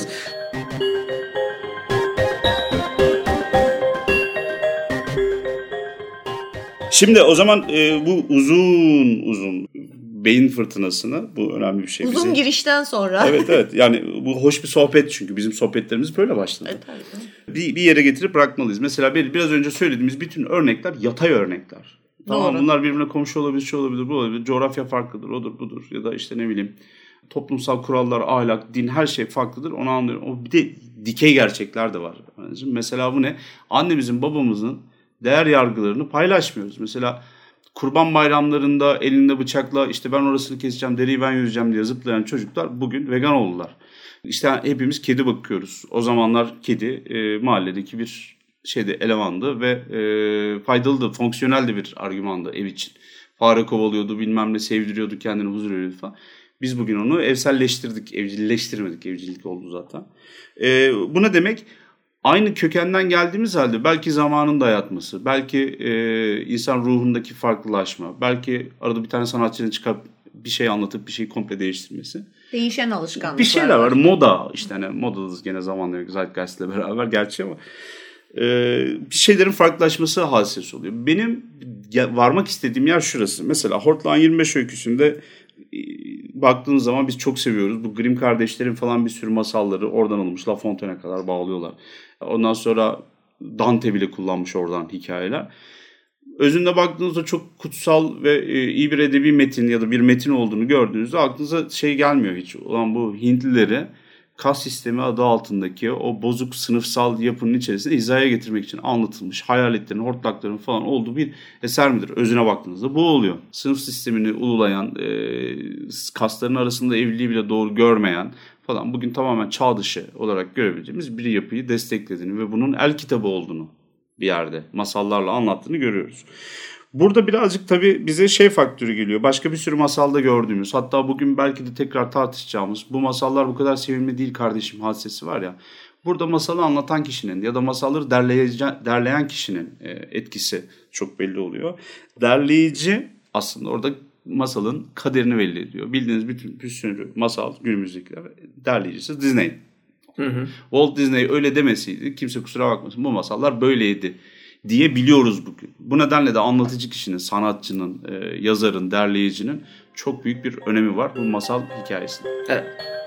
Şimdi o zaman bu uzun beyin fırtınasını, bu önemli bir şey. Uzun girişten sonra. Evet yani bu hoş bir sohbet, çünkü bizim sohbetlerimiz böyle başladı. Evet. Bir yere getirip bırakmalıyız. Mesela biraz önce söylediğimiz bütün örnekler yatay örnekler. Tamam, bunlar birbirine komşu olabilir, şu olabilir, bu olabilir. Coğrafya farklıdır, odur budur, ya da işte ne bileyim toplumsal kurallar, ahlak, din, her şey farklıdır. Onu anlıyorum. O bir de dikey gerçekler de var. Mesela bu ne? Annemizin, babamızın değer yargılarını paylaşmıyoruz. Mesela kurban bayramlarında elinde bıçakla işte ben orasını keseceğim, deriyi ben yüzeceğim diye zıplayan çocuklar bugün vegan oldular. İşte hepimiz kedi bakıyoruz. O zamanlar kedi mahalledeki bir elemandı ve faydalı, fonksiyonel de bir argümandı ev için. Fare kovalıyordu, bilmem ne, sevdiriyordu, kendine huzur veriyordu falan. Biz bugün onu evselleştirdik, evcilleştirmedik. Evcillik oldu zaten. Bu ne demek? Aynı kökenden geldiğimiz halde belki zamanın dayatması, belki insan ruhundaki farklılaşma, belki arada bir tane sanatçının çıkıp bir şey anlatıp bir şeyi komple değiştirmesi. Değişen alışkanlıklar. Bir şeyler var. Moda, işte hani modadız gene zamanla Zeitgeist'le beraber gerçi ama bir şeylerin farklılaşması hadisesi oluyor. Benim varmak istediğim yer şurası. Mesela Hortlak'ın 25 öyküsünde baktığınız zaman biz çok seviyoruz. Bu Grimm kardeşlerin falan bir sürü masalları oradan alınmış. La Fontaine'e kadar bağlıyorlar. Ondan sonra Dante bile kullanmış oradan hikayeler. Özünde baktığınızda çok kutsal ve iyi bir edebi metin ya da bir metin olduğunu gördüğünüzde aklınıza gelmiyor hiç. Ulan bu Hintlileri kas sistemi adı altındaki o bozuk sınıfsal yapının içerisinde hizaya getirmek için anlatılmış hayaletlerin, hortlakların falan olduğu bir eser midir? Özüne baktığınızda bu oluyor. Sınıf sistemini ululayan, kasların arasında evliliği bile doğru görmeyen falan, bugün tamamen çağ dışı olarak görebileceğimiz bir yapıyı desteklediğini ve bunun el kitabı olduğunu bir yerde masallarla anlattığını görüyoruz. Burada birazcık tabii bize faktörü geliyor. Başka bir sürü masalda gördüğümüz, hatta bugün belki de tekrar tartışacağımız, bu masallar bu kadar sevimli değil kardeşim hadisesi var ya. Burada masalı anlatan kişinin ya da masalları derleyen kişinin etkisi çok belli oluyor. Derleyici aslında orada masalın kaderini belli ediyor. Bildiğiniz bir sürü masal günümüzdekiler derleyicisi Disney. Walt Disney öyle demeseydi kimse kusura bakmasın, bu masallar böyleydi diye biliyoruz bugün. Bu nedenle de anlatıcı kişinin, sanatçının, yazarın, derleyicinin çok büyük bir önemi var bu masal hikayesinde. Evet.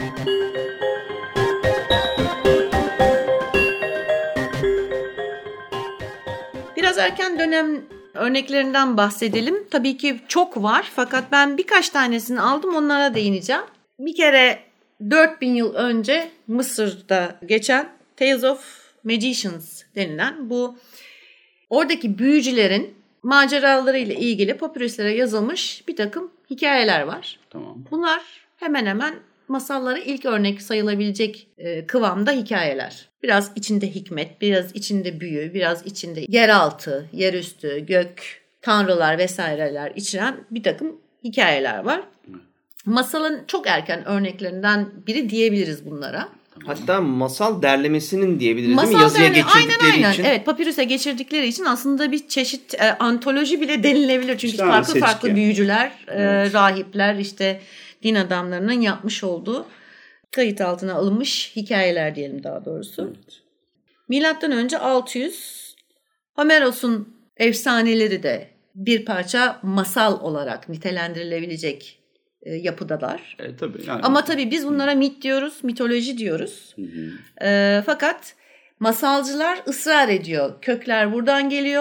Biraz erken dönem örneklerinden bahsedelim. Tabii ki çok var fakat ben birkaç tanesini aldım, onlara değineceğim. Bir kere 4000 yıl önce Mısır'da geçen Tales of Magicians denilen bu oradaki büyücülerin maceralarıyla ilgili papirüslere yazılmış bir takım hikayeler var. Tamam. Bunlar hemen hemen masallara ilk örnek sayılabilecek kıvamda hikayeler. Biraz içinde hikmet, biraz içinde büyü, biraz içinde yeraltı, yerüstü, gök, tanrılar vesaireler içeren bir takım hikayeler var. Masalın çok erken örneklerinden biri diyebiliriz bunlara. Hatta masal derlemesinin diyebiliriz değil mi? Yazıya geçirdikleri için. Evet, papirüse geçirdikleri için aslında bir çeşit antoloji bile denilebilir. Çünkü farklı büyücüler, rahipler, işte din adamlarının yapmış olduğu kayıt altına alınmış hikayeler diyelim daha doğrusu. Evet. Milattan önce 600, Homeros'un efsaneleri de bir parça masal olarak nitelendirilebilecek yapıdalar. Tabii yani. Ama tabii biz bunlara mit diyoruz, mitoloji diyoruz. Fakat masalcılar ısrar ediyor. Kökler buradan geliyor.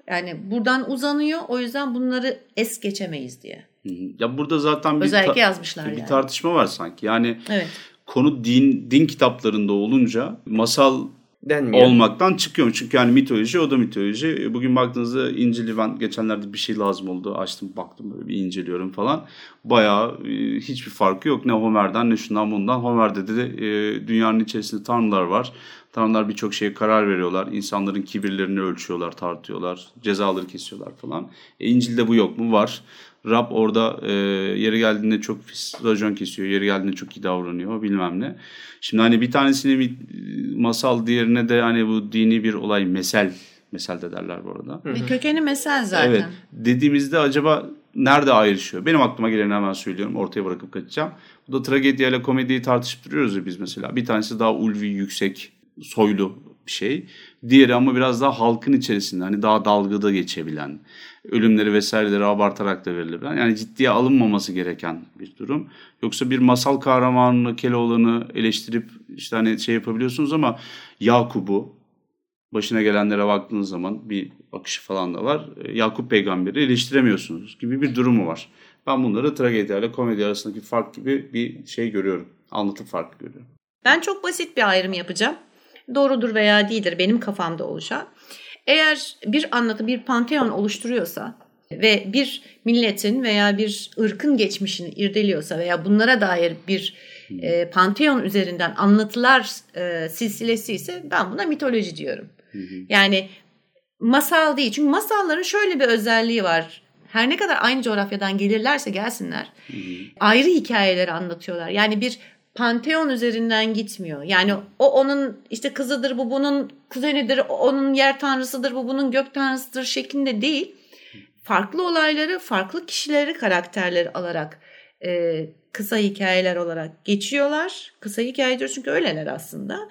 Yani buradan uzanıyor. O yüzden bunları es geçemeyiz diye. Ya burada zaten özellikle yazmışlar bir yani. tartışma var sanki. Yani evet. Konu din kitaplarında olunca masal denmiyor. Olmaktan çıkıyor. Çünkü yani mitoloji, o da mitoloji. Bugün baktığınızda İncil'i, ben geçenlerde bir şey lazım oldu. Açtım baktım, böyle bir inceliyorum falan. Bayağı hiçbir farkı yok. Ne Homer'den ne şundan bundan. Homer'de de dünyanın içerisinde tanrılar var. Tanrılar birçok şeye karar veriyorlar. İnsanların kibirlerini ölçüyorlar, tartıyorlar. Cezaları kesiyorlar falan. İncil'de bu yok mu? Var. Rab orada yeri geldiğinde çok racon kesiyor. Yeri geldiğinde çok iyi davranıyor. Bilmem ne. Şimdi hani bir tanesini bir masal, diğerine de hani bu dini bir olay, mesel de derler bu arada. Bir kökeni mesel zaten. Evet. Dediğimizde acaba nerede ayrışıyor? Benim aklıma geleni hemen söylüyorum. Ortaya bırakıp kaçacağım. Bu da tragedya ile komediyi tartışıp duruyoruz ya biz mesela. Bir tanesi daha ulvi, yüksek, soylu bir şey. Diğeri ama biraz daha halkın içerisinde, hani daha dalgada geçebilen, ölümleri vesaireleri abartarak da verilebilen, yani ciddiye alınmaması gereken bir durum. Yoksa bir masal kahramanını, Keloğlan'ı eleştirip işte hani şey yapabiliyorsunuz ama Yakup'u, başına gelenlere baktığınız zaman bir akışı falan da var. Yakup peygamberi eleştiremiyorsunuz gibi bir durumu var. Ben bunları tragedya ile komedi arasındaki fark gibi bir şey görüyorum. Anlatım farkı görüyorum. Ben çok basit bir ayrım yapacağım. Doğrudur veya değildir benim kafamda oluşan. Eğer bir anlatı bir panteon oluşturuyorsa ve bir milletin veya bir ırkın geçmişini irdeliyorsa veya bunlara dair bir panteon üzerinden anlatılar silsilesi ise ben buna mitoloji diyorum. Yani masal değil. Çünkü masalların şöyle bir özelliği var. Her ne kadar aynı coğrafyadan gelirlerse gelsinler, ayrı hikayeleri anlatıyorlar. Yani bir panteon üzerinden gitmiyor. Yani o onun işte kızıdır, bu bunun kuzenidir, onun yer tanrısıdır, bu bunun gök tanrısıdır şeklinde değil. Farklı olayları, farklı kişileri, karakterleri alarak kısa hikayeler olarak geçiyorlar. Kısa hikaye diyoruz çünkü öyleler aslında.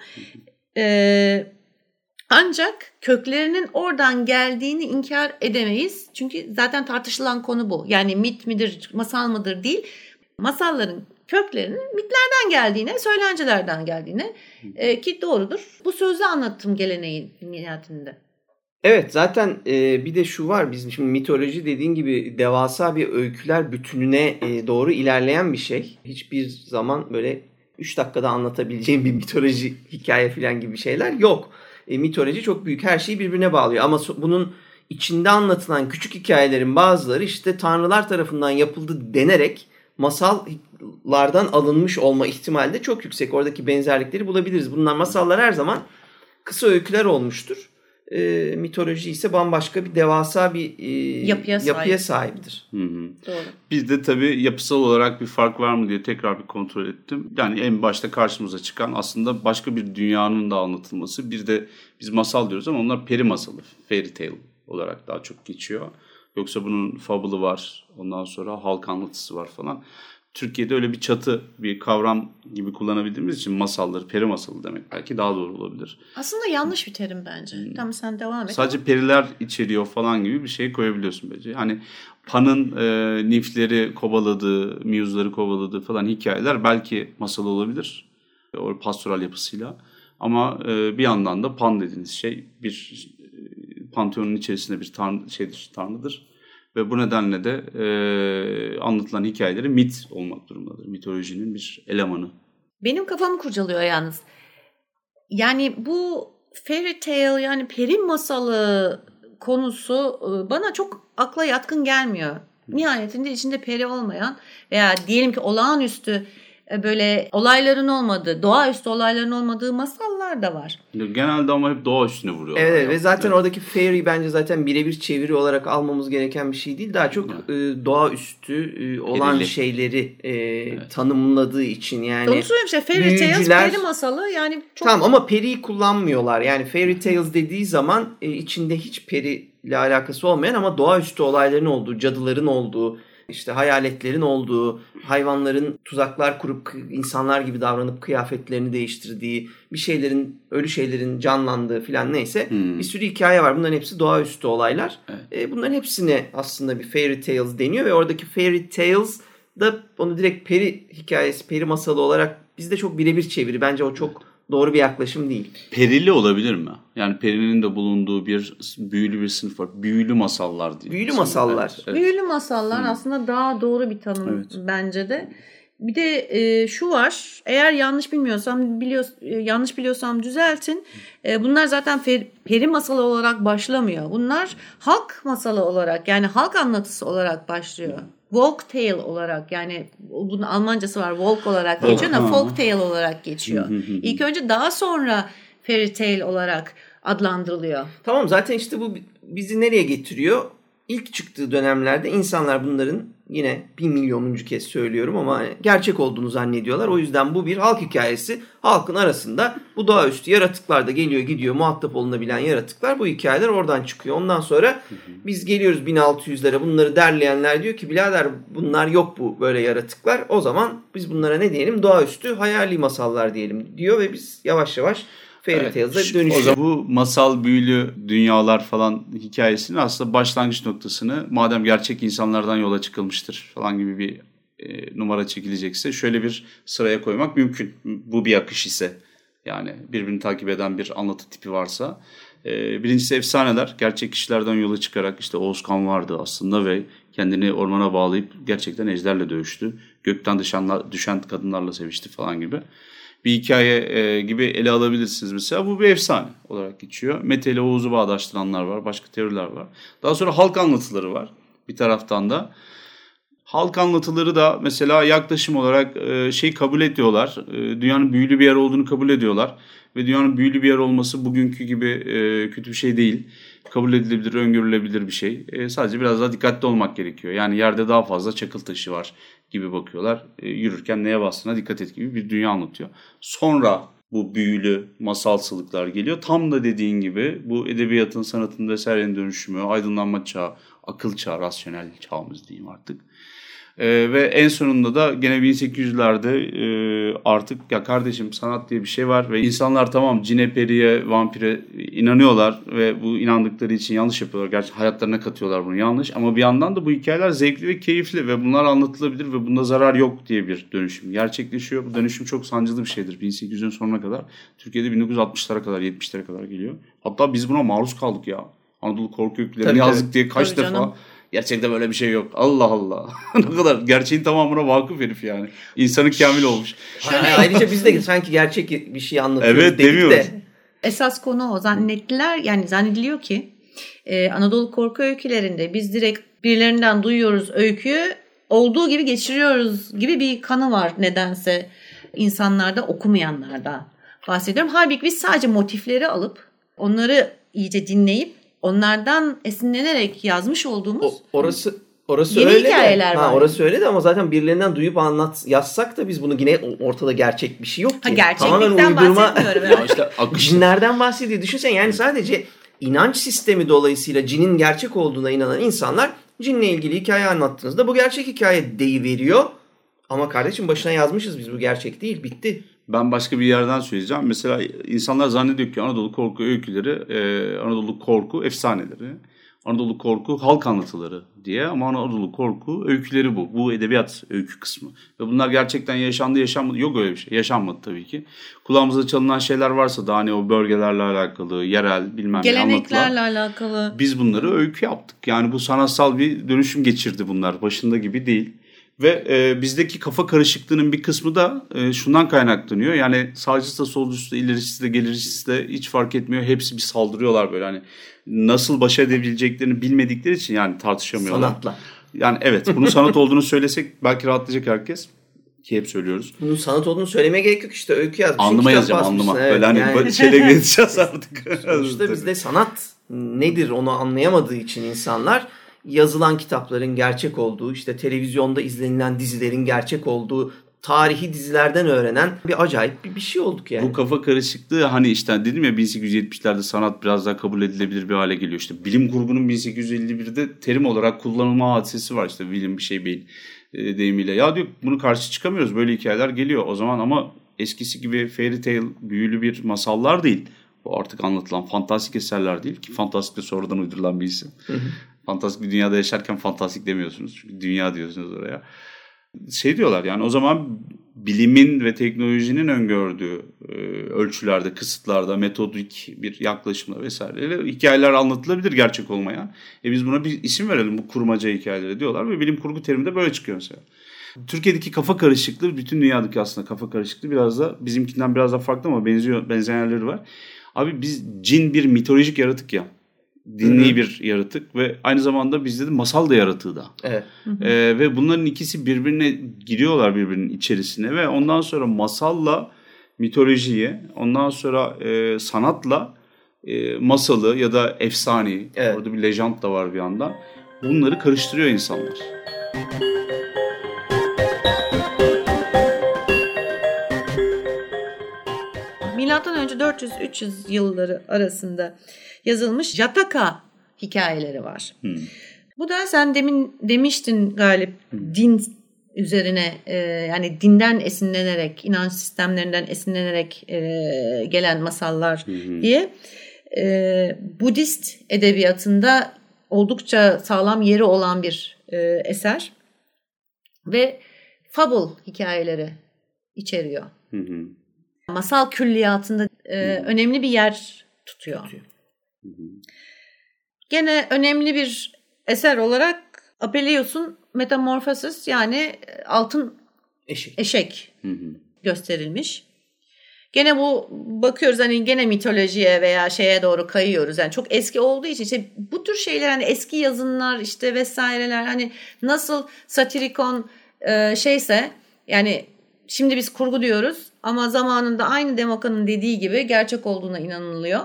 Ancak köklerinin oradan geldiğini inkar edemeyiz. Çünkü zaten tartışılan konu bu. Yani mit midir, masal mıdır değil. Masalların köklerinin mitlerden geldiğine, söylencelerden geldiğine ki doğrudur. Bu sözlü anlatım geleneği nihayetinde. Evet, zaten bir de şu var, bizim şimdi mitoloji dediğin gibi devasa bir öyküler bütününe doğru ilerleyen bir şey. Hiçbir zaman böyle 3 dakikada anlatabileceğim bir mitoloji hikaye falan gibi şeyler yok. Mitoloji çok büyük, her şeyi birbirine bağlıyor ama bunun içinde anlatılan küçük hikayelerin bazıları işte tanrılar tarafından yapıldı denerek masallardan alınmış olma ihtimali de çok yüksek. Oradaki benzerlikleri bulabiliriz. Bunlar, masallar her zaman kısa öyküler olmuştur. Mitoloji ise bambaşka bir devasa bir yapıya sahiptir. Doğru. Bizde tabii yapısal olarak bir fark var mı diye tekrar bir kontrol ettim. Yani en başta karşımıza çıkan aslında başka bir dünyanın da anlatılması. Bir de biz masal diyoruz ama onlar peri masalı, fairy tale olarak daha çok geçiyor. Yoksa bunun fable'ı var, ondan sonra halk anlatısı var falan. Türkiye'de öyle bir çatı, bir kavram gibi kullanabildiğimiz için masalları, peri masalı demek belki daha doğru olabilir. Aslında yanlış bir terim bence. Tamam, sen devam et. Sadece periler içeriyor falan gibi bir şey koyabiliyorsun bence. Hani Pan'ın nifleri kovaladığı, muse'ları kovaladığı falan hikayeler belki masal olabilir. O pastoral yapısıyla. Ama bir yandan da Pan dediğiniz şey bir panteonun içerisinde bir tanrıdır. Ve bu nedenle de anlatılan hikayeleri mit olmak durumundadır. Mitolojinin bir elemanı. Benim kafamı kurcalıyor yalnız. Yani bu fairy tale, yani peri masalı konusu bana çok akla yatkın gelmiyor. Nihayetinde içinde peri olmayan veya diyelim ki olağanüstü böyle olayların olmadığı, doğaüstü olayların olmadığı masallar da var. Genelde ama hep doğa üstüne vuruyorlar. Evet ve zaten oradaki fairy bence zaten birebir çeviri olarak almamız gereken bir şey değil. Daha çok doğaüstü olan Perili şeyleri tanımladığı için yani. Onu söyleyeyim işte, fairy tales, peri masalı yani çok... Tamam ama periyi kullanmıyorlar. Yani fairy tales dediği zaman içinde hiç periyle alakası olmayan ama doğaüstü olayların olduğu, cadıların olduğu, İşte hayaletlerin olduğu, hayvanların tuzaklar kurup insanlar gibi davranıp kıyafetlerini değiştirdiği, bir şeylerin, ölü şeylerin canlandığı filan neyse bir sürü hikaye var. Bunların hepsi doğaüstü olaylar. Evet. Bunların hepsine aslında bir fairy tales deniyor ve oradaki fairy tales da onu direkt peri hikayesi, peri masalı olarak bizde çok birebir çeviri. Bence o çok doğru bir yaklaşım değil. Perili olabilir mi? Yani perinin de bulunduğu bir büyülü bir sınıf var. Büyülü masallar diye. Büyülü masallar. Evet, evet. Büyülü masallar aslında daha doğru bir tanım bence de. Bir de şu var. Eğer yanlış biliyorsam düzeltin. Bunlar zaten peri masalı olarak başlamıyor. Bunlar halk masalı olarak, yani halk anlatısı olarak başlıyor. Folk tale olarak, yani bunun Almancası var, folk olarak geçiyor ama folk tale olarak geçiyor. İlk önce, daha sonra fairy tale olarak adlandırılıyor. Tamam, zaten işte bu bizi nereye getiriyor? İlk çıktığı dönemlerde insanlar bunların, yine 1 milyonuncu kez söylüyorum ama gerçek olduğunu zannediyorlar. O yüzden bu bir halk hikayesi. Halkın arasında bu doğaüstü yaratıklar da geliyor gidiyor, muhatap olunabilen yaratıklar, bu hikayeler oradan çıkıyor. Ondan sonra biz geliyoruz 1600'lere, bunları derleyenler diyor ki birader bunlar yok, bu böyle yaratıklar. O zaman biz bunlara ne diyelim? Doğaüstü hayali masallar diyelim diyor ve biz yavaş yavaş fairy tales'a dönüşüyor. Bu masal, büyülü dünyalar falan hikayesinin aslında başlangıç noktasını, madem gerçek insanlardan yola çıkılmıştır falan gibi bir numara çekilecekse şöyle bir sıraya koymak mümkün. Bu bir akış ise, yani birbirini takip eden bir anlatı tipi varsa. Birincisi efsaneler, gerçek kişilerden yola çıkarak, işte Oğuz Kağan vardı aslında ve kendini ormana bağlayıp gerçekten ejderle dövüştü. Gökten düşen kadınlarla sevişti falan gibi. Bir hikaye gibi ele alabilirsiniz mesela. Bu bir efsane olarak geçiyor. Mete ile Oğuz'u bağdaştıranlar var. Başka teoriler var. Daha sonra halk anlatıları var. Bir taraftan da. Halk anlatıları da mesela yaklaşım olarak kabul ediyorlar. Dünyanın büyülü bir yer olduğunu kabul ediyorlar. Ve dünyanın büyülü bir yer olması bugünkü gibi kötü bir şey değil. Kabul edilebilir, öngörülebilir bir şey. Sadece biraz daha dikkatli olmak gerekiyor. Yani yerde daha fazla çakıl taşı var gibi bakıyorlar. Yürürken neye bastığına dikkat et gibi bir dünya anlatıyor. Sonra bu büyülü masalsılıklar geliyor. Tam da dediğin gibi bu edebiyatın, sanatın vesairenin dönüşümü, aydınlanma çağı, akıl çağı, rasyonel çağımız diyeyim artık. Ve en sonunda da gene 1800'lerde artık ya kardeşim sanat diye bir şey var ve insanlar tamam cine, periye, vampire inanıyorlar ve bu inandıkları için yanlış yapıyorlar. Gerçi hayatlarına katıyorlar bunu, yanlış, ama bir yandan da bu hikayeler zevkli ve keyifli ve bunlar anlatılabilir ve bunda zarar yok diye bir dönüşüm gerçekleşiyor. Bu dönüşüm çok sancılı bir şeydir. 1800'ün sonuna kadar, Türkiye'de 1960'lara kadar, 70'lere kadar geliyor. Hatta biz buna maruz kaldık ya. Anadolu korku öykülerini yazdık diye kaç defa. Gerçekten böyle bir şey yok. Allah Allah. Ne kadar gerçeğin tamamına vakıf herif yani. İnsanın kamil olmuş. Ayrıca biz de sanki gerçek bir şey anlatıyoruz. Evet, demiyoruz. Esas konu o. Zannediliyor ki Anadolu korku öykülerinde biz direkt birilerinden duyuyoruz öyküyü, olduğu gibi geçiriyoruz gibi bir kanı var nedense insanlarda, okumayanlarda bahsediyorum. Halbuki biz sadece motifleri alıp onları iyice dinleyip onlardan esinlenerek yazmış olduğumuz orası yeni öyle hikayeler de. var. Orası öyle de ama zaten birilerinden duyup yazsak da biz bunu yine ortada gerçek bir şey yok ki. Gerçeklikten bahsetmiyorum. Ya işte cinlerden bahsediyor. Düşünsene yani sadece inanç sistemi dolayısıyla cinin gerçek olduğuna inanan insanlar cinle ilgili hikaye anlattığınızda bu gerçek hikaye deyiveriyor. Ama kardeşim başına yazmışız biz, bu gerçek değil, bitti. Ben başka bir yerden söyleyeceğim. Mesela insanlar zannediyor ki Anadolu korku öyküleri, Anadolu korku efsaneleri, Anadolu korku halk anlatıları diye, ama Anadolu korku öyküleri bu. Bu edebiyat öykü kısmı. Ve bunlar gerçekten yaşandı, yaşanmadı. Yok öyle bir şey. Yaşanmadı tabii ki. Kulağımızda çalınan şeyler varsa da hani o bölgelerle alakalı, yerel bilmem ne anlatılar. Geleneklerle alakalı. Biz bunları öykü yaptık. Yani bu sanatsal bir dönüşüm geçirdi bunlar. Başında gibi değil. Ve bizdeki kafa karışıklığının bir kısmı da şundan kaynaklanıyor. Yani sağcısı da solcusu da ilericisi de geliricisi de hiç fark etmiyor. Hepsi bir saldırıyorlar böyle, hani nasıl baş edebileceklerini bilmedikleri için yani tartışamıyorlar. Sanatla. Yani evet, bunun sanat olduğunu söylesek belki rahatlayacak herkes. Ki hep söylüyoruz. Bunun sanat olduğunu söylemeye gerek yok, işte öykü yazmışsın. Anlıma yazacağım, anlıma. Evet, böyle hani yani şeyle geçeceğiz artık. Sonuçta bizde sanat nedir onu anlayamadığı için insanlar yazılan kitapların gerçek olduğu, işte televizyonda izlenilen dizilerin gerçek olduğu, tarihi dizilerden öğrenen bir acayip bir şey olduk yani. Bu kafa karışıklığı, hani işte dedim ya 1870'lerde sanat biraz daha kabul edilebilir bir hale geliyor. İşte bilim kurgunun 1851'de terim olarak kullanılma hadisesi var, işte William bir şey Beyin deyimiyle. Ya diyor bunu karşı çıkamıyoruz, böyle hikayeler geliyor o zaman, ama eskisi gibi fairy tale, büyülü bir masallar değil. Bu artık anlatılan fantastik eserler değil ki, fantastik de sonradan uydurulan bir isim. Fantastik bir dünyada yaşarken fantastik demiyorsunuz. Çünkü dünya diyorsunuz oraya. Şey diyorlar yani, o zaman bilimin ve teknolojinin öngördüğü ölçülerde, kısıtlarda, metodik bir yaklaşımla vesaireyle hikayeler anlatılabilir gerçek olmayan. Biz buna bir isim verelim, bu kurmaca hikayeleri diyorlar ve bilim kurgu terimi de böyle çıkıyor mesela. Türkiye'deki kafa karışıklığı, bütün dünyadaki aslında kafa karışıklığı biraz da bizimkinden biraz da farklı ama benzeyen yerleri var. Abi biz cin bir mitolojik yaratık ya. Dinli bir yaratık ve aynı zamanda bizde de masal da yaratığı da. Evet. Ve bunların ikisi birbirine giriyorlar, birbirinin içerisine ve ondan sonra masalla mitolojiyi, ondan sonra sanatla masalı ya da efsaneyi, orada bir lejant da var bir yandan. Bunları karıştırıyor insanlar. Milattan önce 400-300 yılları arasında yazılmış Jataka hikayeleri var. Bu da sen demin demiştin Galip, din üzerine yani dinden esinlenerek, inanç sistemlerinden esinlenerek gelen masallar diye. Budist edebiyatında oldukça sağlam yeri olan bir eser ve fable hikayeleri içeriyor. Masal külliyatında önemli bir yer tutuyor. Gene önemli bir eser olarak Apuleius'un Metamorphosis, yani altın eşek gösterilmiş. Gene bu bakıyoruz hani gene mitolojiye veya şeye doğru kayıyoruz. Yani çok eski olduğu için işte bu tür şeyler, hani eski yazınlar işte vesaireler, hani nasıl Satyricon şeyse, yani şimdi biz kurgu diyoruz ama zamanında aynı Demoka'nın dediği gibi gerçek olduğuna inanılıyor.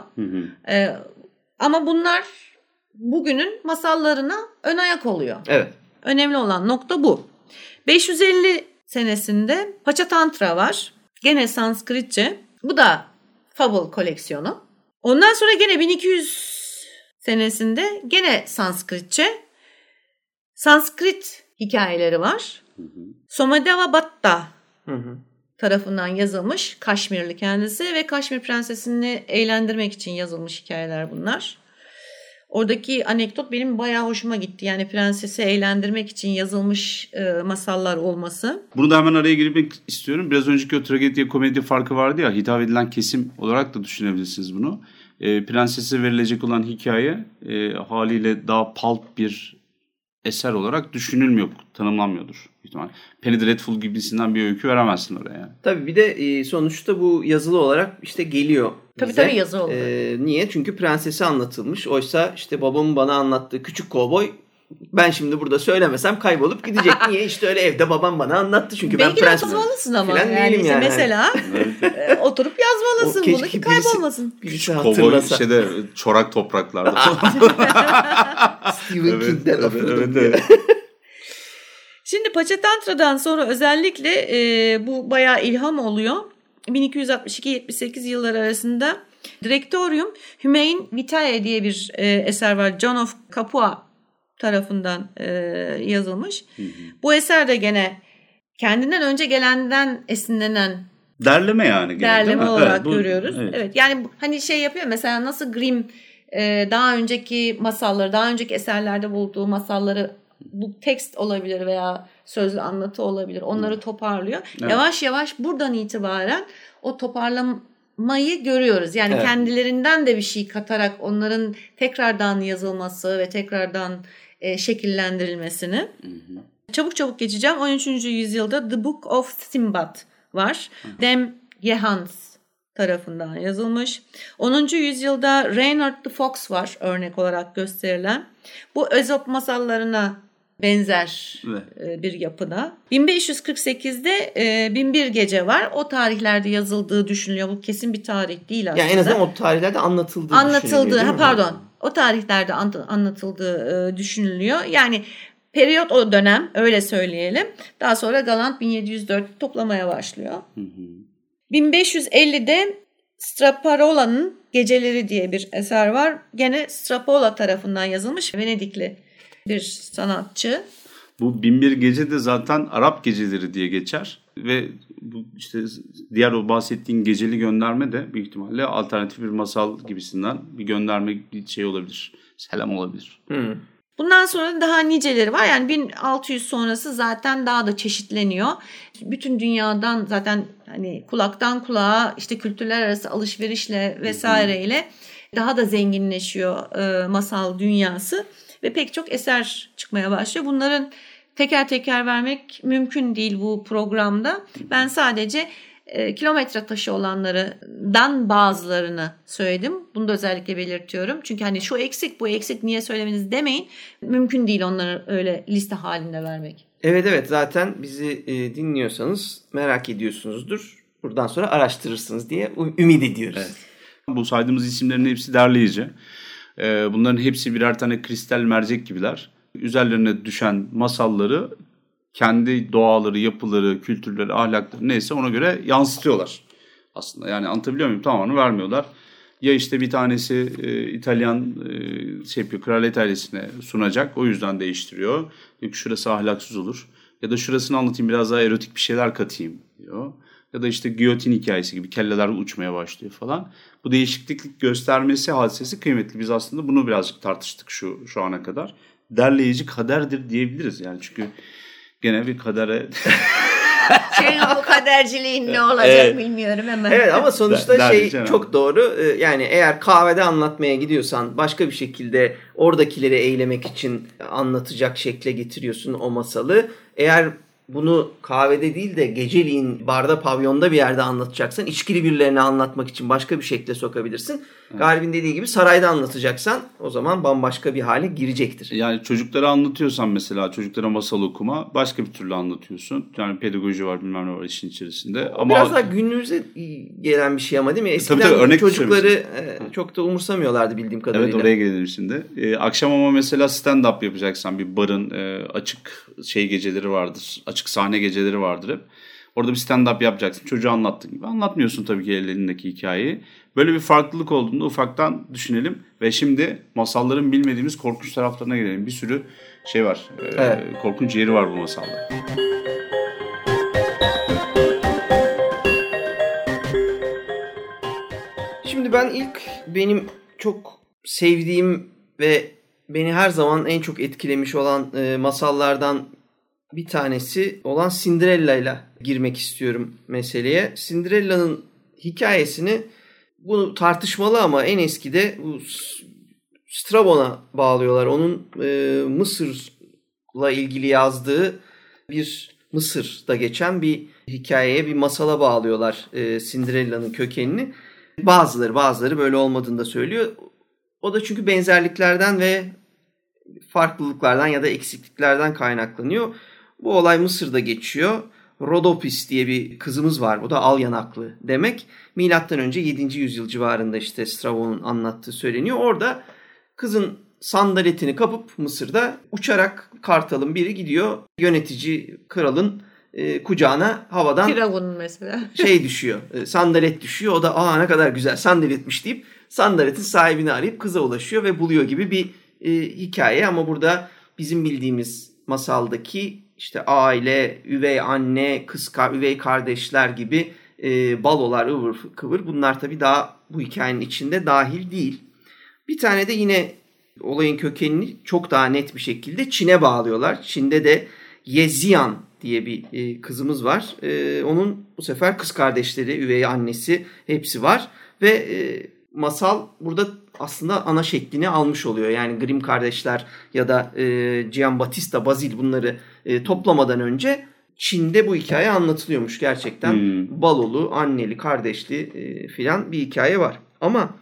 Ama bunlar bugünün masallarına ön ayak oluyor. Evet. Önemli olan nokta bu. 550 senesinde Pachatantra var. Gene Sanskritçe. Bu da fable koleksiyonu. Ondan sonra gene 1200 senesinde gene Sanskritçe. Sanskrit hikayeleri var. Somadeva Bhatta tarafından yazılmış, Kaşmirli kendisi ve Kaşmir prensesini eğlendirmek için yazılmış hikayeler bunlar. Oradaki anekdot benim bayağı hoşuma gitti. Yani prensesi eğlendirmek için yazılmış masallar olması. Bunu da hemen araya girmek istiyorum. Biraz önceki o tragedi komedi farkı vardı ya, hitap edilen kesim olarak da düşünebilirsiniz bunu. Prensese verilecek olan hikaye haliyle daha pulp bir eser olarak düşünülmüyor, tanımlanmıyordur. Penny Dreadful gibisinden bir öykü veremezsin oraya. Tabii bir de sonuçta bu yazılı olarak işte geliyor bize. Tabii yazı oldu. Niye? Çünkü prensesi anlatılmış. Oysa işte babamın bana anlattığı Küçük Kovboy, ben şimdi burada söylemesem kaybolup gidecek. Niye? İşte öyle evde babam bana anlattı. Çünkü ben belki prensesim. Belki yazmalısın ama. Yani işte mesela oturup yazmalısın bunu ki kaybolmasın. Birisi hatırlasa. Kovboy çorak topraklarda. Stephen King'den afırdım. Evet. Şimdi Pachatantra'dan sonra özellikle bu bayağı ilham oluyor. 1262-78 yılları arasında Directorium Humain Vitae diye bir eser var. John of Capua tarafından yazılmış. Bu eser de gene kendinden önce gelenden esinlenen derleme yani. Derleme olarak görüyoruz. Evet. Yani hani şey yapıyor mesela, nasıl Grimm daha önceki masalları, daha önceki eserlerde bulduğu masalları, bu tekst olabilir veya sözlü anlatı olabilir, onları toparlıyor. Evet. Yavaş yavaş buradan itibaren o toparlamayı görüyoruz. Yani kendilerinden de bir şey katarak onların tekrardan yazılması ve tekrardan şekillendirilmesini. Çabuk çabuk geçeceğim. 13. yüzyılda The Book of Simbad var. Dem Yehans tarafından yazılmış. 10. yüzyılda Reynard the Fox var örnek olarak gösterilen. Bu Özop masallarına benzer bir yapıda. 1548'de Binbir Gece var. O tarihlerde yazıldığı düşünülüyor. Bu kesin bir tarih değil aslında. Yani en azından o tarihlerde anlatıldığı pardon. O tarihlerde anlatıldığı düşünülüyor. Yani periyot o dönem, öyle söyleyelim. Daha sonra Galant 1704 toplamaya başlıyor. 1550'de Straparola'nın Geceleri diye bir eser var. Gene Straparola tarafından yazılmış, Venedikli bir sanatçı. Bu Binbir Gece de zaten Arap Geceleri diye geçer ve bu işte diğer o bahsettiğin geceli gönderme de büyük ihtimalle alternatif bir masal gibisinden bir gönderme, bir şey olabilir. Selam olabilir. Bundan sonra daha niceleri var. Yani 1600 sonrası zaten daha da çeşitleniyor. Bütün dünyadan zaten hani kulaktan kulağa işte kültürler arası alışverişle vesaireyle daha da zenginleşiyor masal dünyası ve pek çok eser çıkmaya başlıyor. Bunların teker teker vermek mümkün değil bu programda. Ben sadece kilometre taşı olanlardan bazılarını söyledim. Bunu da özellikle belirtiyorum. Çünkü hani şu eksik bu eksik niye söylemeniz demeyin. Mümkün değil onları öyle liste halinde vermek. Evet zaten bizi dinliyorsanız merak ediyorsunuzdur. Buradan sonra araştırırsınız diye ümit ediyoruz. Evet. Bu saydığımız isimlerin hepsi derleyici. Bunların hepsi birer tane kristal mercek gibiler. Üzerlerine düşen masalları kendi doğaları, yapıları, kültürleri, ahlakları neyse ona göre yansıtıyorlar aslında. Yani anlatabiliyor muyum? Tamamını vermiyorlar. Ya işte bir tanesi İtalyan kraliyet ailesine sunacak. O yüzden değiştiriyor. Diyor ki şurası ahlaksız olur. Ya da şurasını anlatayım biraz daha erotik bir şeyler katayım diyor. Ya da işte giyotin hikayesi gibi kelleler uçmaya başlıyor falan. Bu değişiklik göstermesi hadisesi kıymetli. Biz aslında bunu birazcık tartıştık şu ana kadar. Derleyici kaderdir diyebiliriz yani çünkü gene bir kadere... Bu kaderciliğin ne olacak bilmiyorum ama. Evet ama sonuçta canım. Çok doğru. Yani eğer kahvede anlatmaya gidiyorsan başka bir şekilde oradakileri eylemek için anlatacak şekle getiriyorsun o masalı. Eğer bunu kahvede değil de geceliğin barda, pavyonda bir yerde anlatacaksan içkili birilerine anlatmak için başka bir şekle sokabilirsin. Evet. Galip'in dediği gibi sarayda anlatacaksan o zaman bambaşka bir hale girecektir. Yani çocuklara anlatıyorsan mesela çocuklara masal okuma başka bir türlü anlatıyorsun. Yani pedagoji var bilmem ne var işin içerisinde. Ama biraz daha günümüze gelen bir şey ama değil mi? Eskiden tabii, çocukları çok da umursamıyorlardı bildiğim kadarıyla. Evet oraya gelelim şimdi. Akşam ama mesela stand-up yapacaksan bir barın açık geceleri vardır. Açık sahne geceleri vardır hep. Orada bir stand-up yapacaksın. Çocuğa anlattığın gibi. Anlatmıyorsun tabii ki ellerindeki hikayeyi. Böyle bir farklılık olduğunda ufaktan düşünelim. Ve şimdi masalların bilmediğimiz korkunç taraflarına gelelim. Bir sürü şey var. Evet. Korkunç yeri var bu masalda. Şimdi ben benim çok sevdiğim ve beni her zaman en çok etkilemiş olan masallardan bir tanesi olan Cinderella'yla girmek istiyorum meseleye. Cinderella'nın hikayesini bunu tartışmalı ama en eskide bu Strabo'na bağlıyorlar. Onun Mısır'la ilgili yazdığı bir Mısır'da geçen bir hikayeye, bir masala bağlıyorlar Cinderella'nın kökenini. Bazıları böyle olmadığını da söylüyor. O da çünkü benzerliklerden ve farklılıklardan ya da eksikliklerden kaynaklanıyor. Bu olay Mısır'da geçiyor. Rodopis diye bir kızımız var. O da al yanaklı demek. Milattan önce 7. yüzyıl civarında işte Strabo'nun anlattığı söyleniyor. Orada kızın sandaletini kapıp Mısır'da uçarak kartalın biri gidiyor. Yönetici kralın kucağına havadan Firavun mesela. Düşüyor. Sandalet düşüyor. O da ne kadar güzel sandaletmiş deyip sandaletin sahibini arayıp kıza ulaşıyor ve buluyor gibi bir hikaye. Ama burada bizim bildiğimiz masaldaki işte aile, üvey anne, üvey kardeşler gibi balolar, ıvır kıvır bunlar tabii daha bu hikayenin içinde dahil değil. Bir tane de yine olayın kökenini çok daha net bir şekilde Çin'e bağlıyorlar. Çin'de de Yezian diye bir kızımız var. Onun bu sefer kız kardeşleri, üvey annesi hepsi var. Ve masal burada aslında ana şeklini almış oluyor. Yani Grimm kardeşler ya da Giambattista, Bazil bunları toplamadan önce Çin'de bu hikaye anlatılıyormuş gerçekten. Balolu, anneli, kardeşli filan bir hikaye var. Ama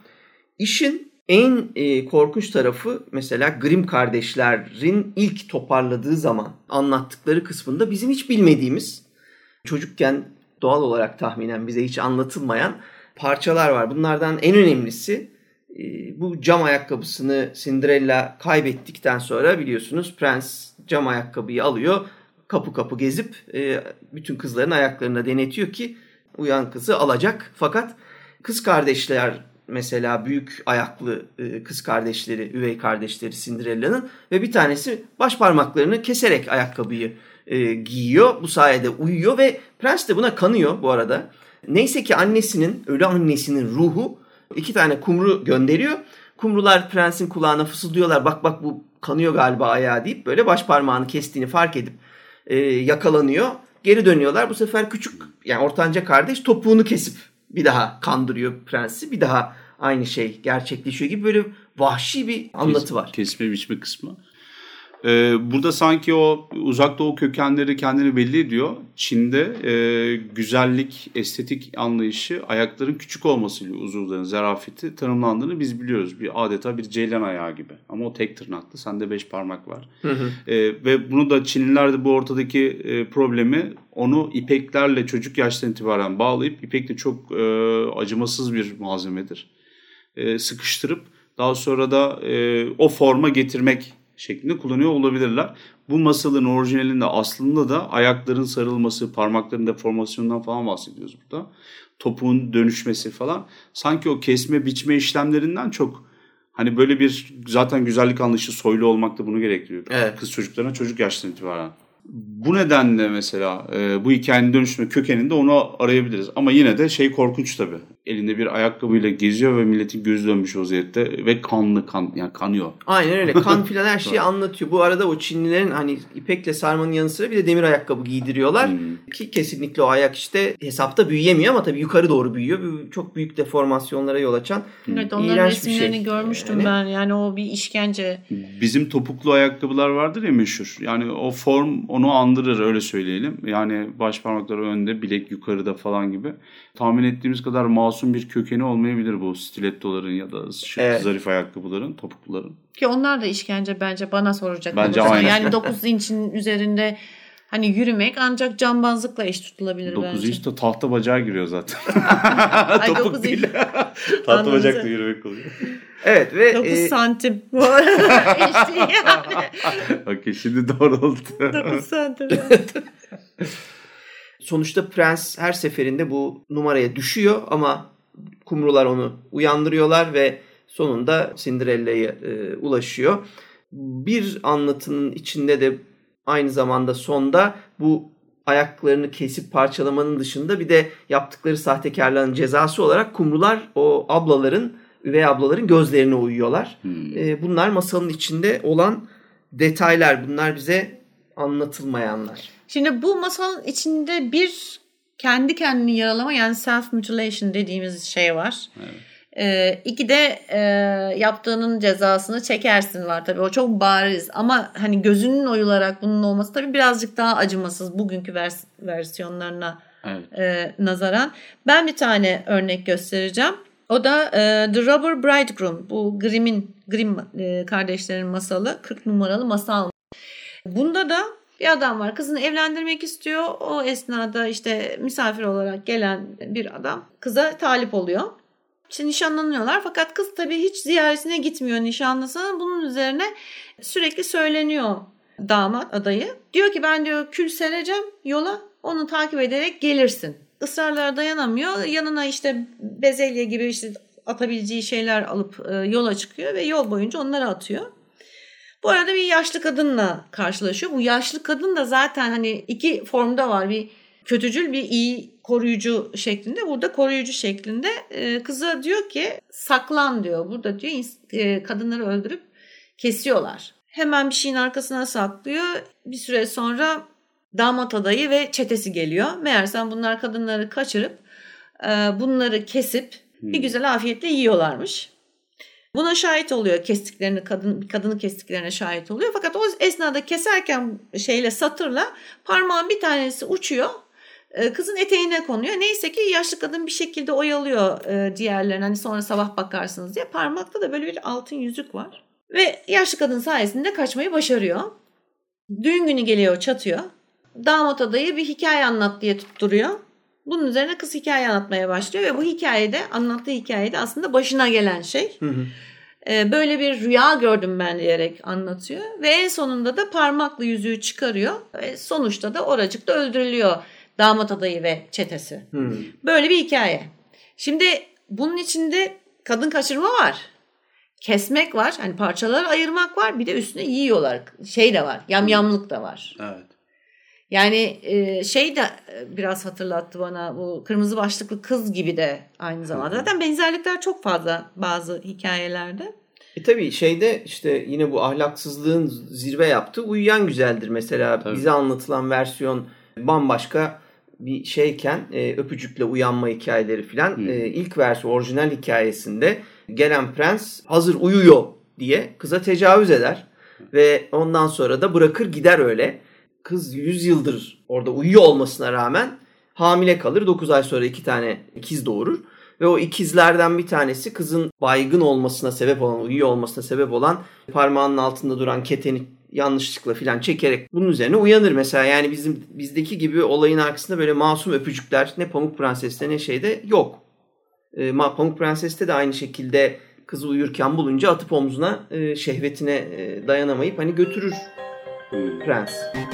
işin en korkunç tarafı mesela Grimm kardeşlerin ilk toparladığı zaman anlattıkları kısmında bizim hiç bilmediğimiz, çocukken doğal olarak tahminen bize hiç anlatılmayan parçalar var. Bunlardan en önemlisi bu cam ayakkabısını Cinderella kaybettikten sonra biliyorsunuz prens cam ayakkabıyı alıyor. Kapı kapı gezip bütün kızların ayaklarına denetiyor ki uyan kızı alacak. Fakat kız kardeşler mesela büyük ayaklı kız kardeşleri, üvey kardeşleri Cinderella'nın ve bir tanesi baş parmaklarını keserek ayakkabıyı giyiyor. Bu sayede uyuyor ve prens de buna kanıyor bu arada. Neyse ki ölü annesinin ruhu 2 tane kumru gönderiyor. Kumrular prensin kulağına fısıldıyorlar. Bak bu kanıyor galiba ayağı deyip böyle baş parmağını kestiğini fark edip yakalanıyor. Geri dönüyorlar. Bu sefer küçük yani ortanca kardeş topuğunu kesip bir daha kandırıyor prensi. Bir daha aynı şey gerçekleşiyor gibi böyle vahşi bir anlatı var. Kesme biçme kısmı. Burada sanki o uzak doğu kökenleri kendini belli ediyor. Çin'de güzellik, estetik anlayışı ayakların küçük olmasıyla uzuvların zarafeti tanımlandığını biz biliyoruz. Adeta bir ceylan ayağı gibi. Ama o tek tırnaklı. Sende 5 parmak var. Ve bunu da Çinliler de bu ortadaki problemi onu ipeklerle çocuk yaştan itibaren bağlayıp ipek de çok acımasız bir malzemedir. Sıkıştırıp daha sonra da o forma getirmek şeklinde kullanıyor olabilirler. Bu masalın orijinalinde aslında da ayakların sarılması, parmakların deformasyonundan falan bahsediyoruz burada. Topuğun dönüşmesi falan. Sanki o kesme biçme işlemlerinden çok hani böyle bir zaten güzellik anlayışı soylu olmak da bunu gerektiriyor. Evet. Kız çocuklarına çocuk yaştan itibaren. Bu nedenle mesela bu hikayenin dönüşme kökeninde onu arayabiliriz. Ama yine de korkunç tabii. Elinde bir ayakkabıyla geziyor ve milletin gözü dönmüş vaziyette ve yani kanıyor. Aynen öyle. Kan filan her şeyi anlatıyor. Bu arada o Çinlilerin hani ipekle sarmanın yanı sıra bir de demir ayakkabı giydiriyorlar. Ki kesinlikle o ayak işte hesapta büyüyemiyor ama tabii yukarı doğru büyüyor. Çok büyük deformasyonlara yol açan evet, onların resimlerini görmüştüm ben. Yani o bir işkence. Bizim topuklu ayakkabılar vardır ya meşhur. Yani o form onu andırır öyle söyleyelim. Yani baş parmakları önde, bilek yukarıda falan gibi. Tahmin ettiğimiz kadar masum bir kökeni olmayabilir bu stilettoların ya da zarif ayakkabıların, topukluların. Ki onlar da işkence bence bana soracak. Bence aynen. Yani 9 inçin üzerinde hani yürümek ancak cambazlıkla eş tutulabilir 9 bence. 9 inç de tahta bacağı giriyor zaten. Ay, topuk değil. Tahta bacakla yürümek oluyor. Evet ve 9 santim. Bu arada işte yani. Okey, şimdi doğru oldu. 9 santim. Sonuçta prens her seferinde bu numaraya düşüyor ama kumrular onu uyandırıyorlar ve sonunda Cinderella'ya ulaşıyor. Bir anlatının içinde de aynı zamanda sonda bu ayaklarını kesip parçalamanın dışında bir de yaptıkları sahtekarlığın cezası olarak kumrular o üvey ablaların gözlerine uyuyorlar. Bunlar masalın içinde olan detaylar. Bunlar bize anlatılmayanlar. Şimdi bu masalın içinde bir kendi kendini yaralama yani self-mutilation dediğimiz şey var. Evet. İki de yaptığının cezasını çekersin var tabii. O çok bariz ama hani gözünün oyularak bunun olması tabii birazcık daha acımasız bugünkü versiyonlarına nazaran. Ben bir tane örnek göstereceğim. O da The Robber Bridegroom. Bu Grimm kardeşlerin masalı. 40 numaralı masal. Bunda da bir adam var. Kızını evlendirmek istiyor. O esnada işte misafir olarak gelen bir adam kıza talip oluyor. İşte nişanlanıyorlar. Fakat kız tabii hiç ziyaretine gitmiyor nişanlısının. Bunun üzerine sürekli söyleniyor damat adayı. Diyor ki ben diyor kül sereceğim yola. Onu takip ederek gelirsin. Israrlara dayanamıyor. Yanına işte bezelye gibi işte atabileceği şeyler alıp yola çıkıyor ve yol boyunca onları atıyor. Bu arada bir yaşlı kadınla karşılaşıyor. Bu yaşlı kadın da zaten hani iki formda var. Bir kötücül bir iyi koruyucu şeklinde. Burada koruyucu şeklinde. Kıza diyor ki saklan diyor. Burada diyor kadınları öldürüp kesiyorlar. Hemen bir şeyin arkasına saklıyor. Bir süre sonra damat adayı ve çetesi geliyor. Meğersem bunlar kadınları kaçırıp bunları kesip bir güzel afiyetle yiyorlarmış. Buna şahit oluyor kadını kestiklerine şahit oluyor. Fakat o esnada keserken satırla parmağın bir tanesi uçuyor. Kızın eteğine konuyor. Neyse ki yaşlı kadın bir şekilde oyalıyor diğerlerine. Hani sonra sabah bakarsınız diye. Parmakta da böyle bir altın yüzük var. Ve yaşlı kadın sayesinde kaçmayı başarıyor. Düğün günü geliyor çatıyor. Damat adayı bir hikaye anlat diye tutturuyor. Bunun üzerine kız hikaye anlatmaya başlıyor ve bu anlattığı hikayede aslında başına gelen şey. Böyle bir rüya gördüm ben diyerek anlatıyor. Ve en sonunda da parmaklı yüzüğü çıkarıyor. Ve sonuçta da oracıkta öldürülüyor damat adayı ve çetesi. Böyle bir hikaye. Şimdi bunun içinde kadın kaçırma var. Kesmek var. Hani parçaları ayırmak var. Bir de üstüne yiyorlar. De var. Yamyamlık da var. Evet. Yani de biraz hatırlattı bana bu kırmızı başlıklı kız gibi de aynı zamanda. Zaten benzerlikler çok fazla bazı hikayelerde. Tabii şeyde işte yine bu ahlaksızlığın zirve yaptığı Uyuyan Güzel'dir. Mesela Tabii. bize anlatılan versiyon bambaşka bir şeyken öpücükle uyanma hikayeleri filan. İlk versiyon orijinal hikayesinde gelen prens hazır uyuyor diye kıza tecavüz eder. Ve ondan sonra da bırakır gider öyle. Kız 100 yıldır orada uyuyor olmasına rağmen hamile kalır. 9 ay sonra 2 tane ikiz doğurur. Ve o ikizlerden bir tanesi kızın baygın olmasına sebep olan, uyuyor olmasına sebep olan parmağının altında duran keteni yanlışlıkla filan çekerek bunun üzerine uyanır mesela. Yani bizdeki gibi olayın arkasında böyle masum öpücükler ne Pamuk Prenses'te ne şeyde yok. Pamuk Prenses'te de aynı şekilde kızı uyurken bulunca atıp omzuna şehvetine dayanamayıp hani götürür prens.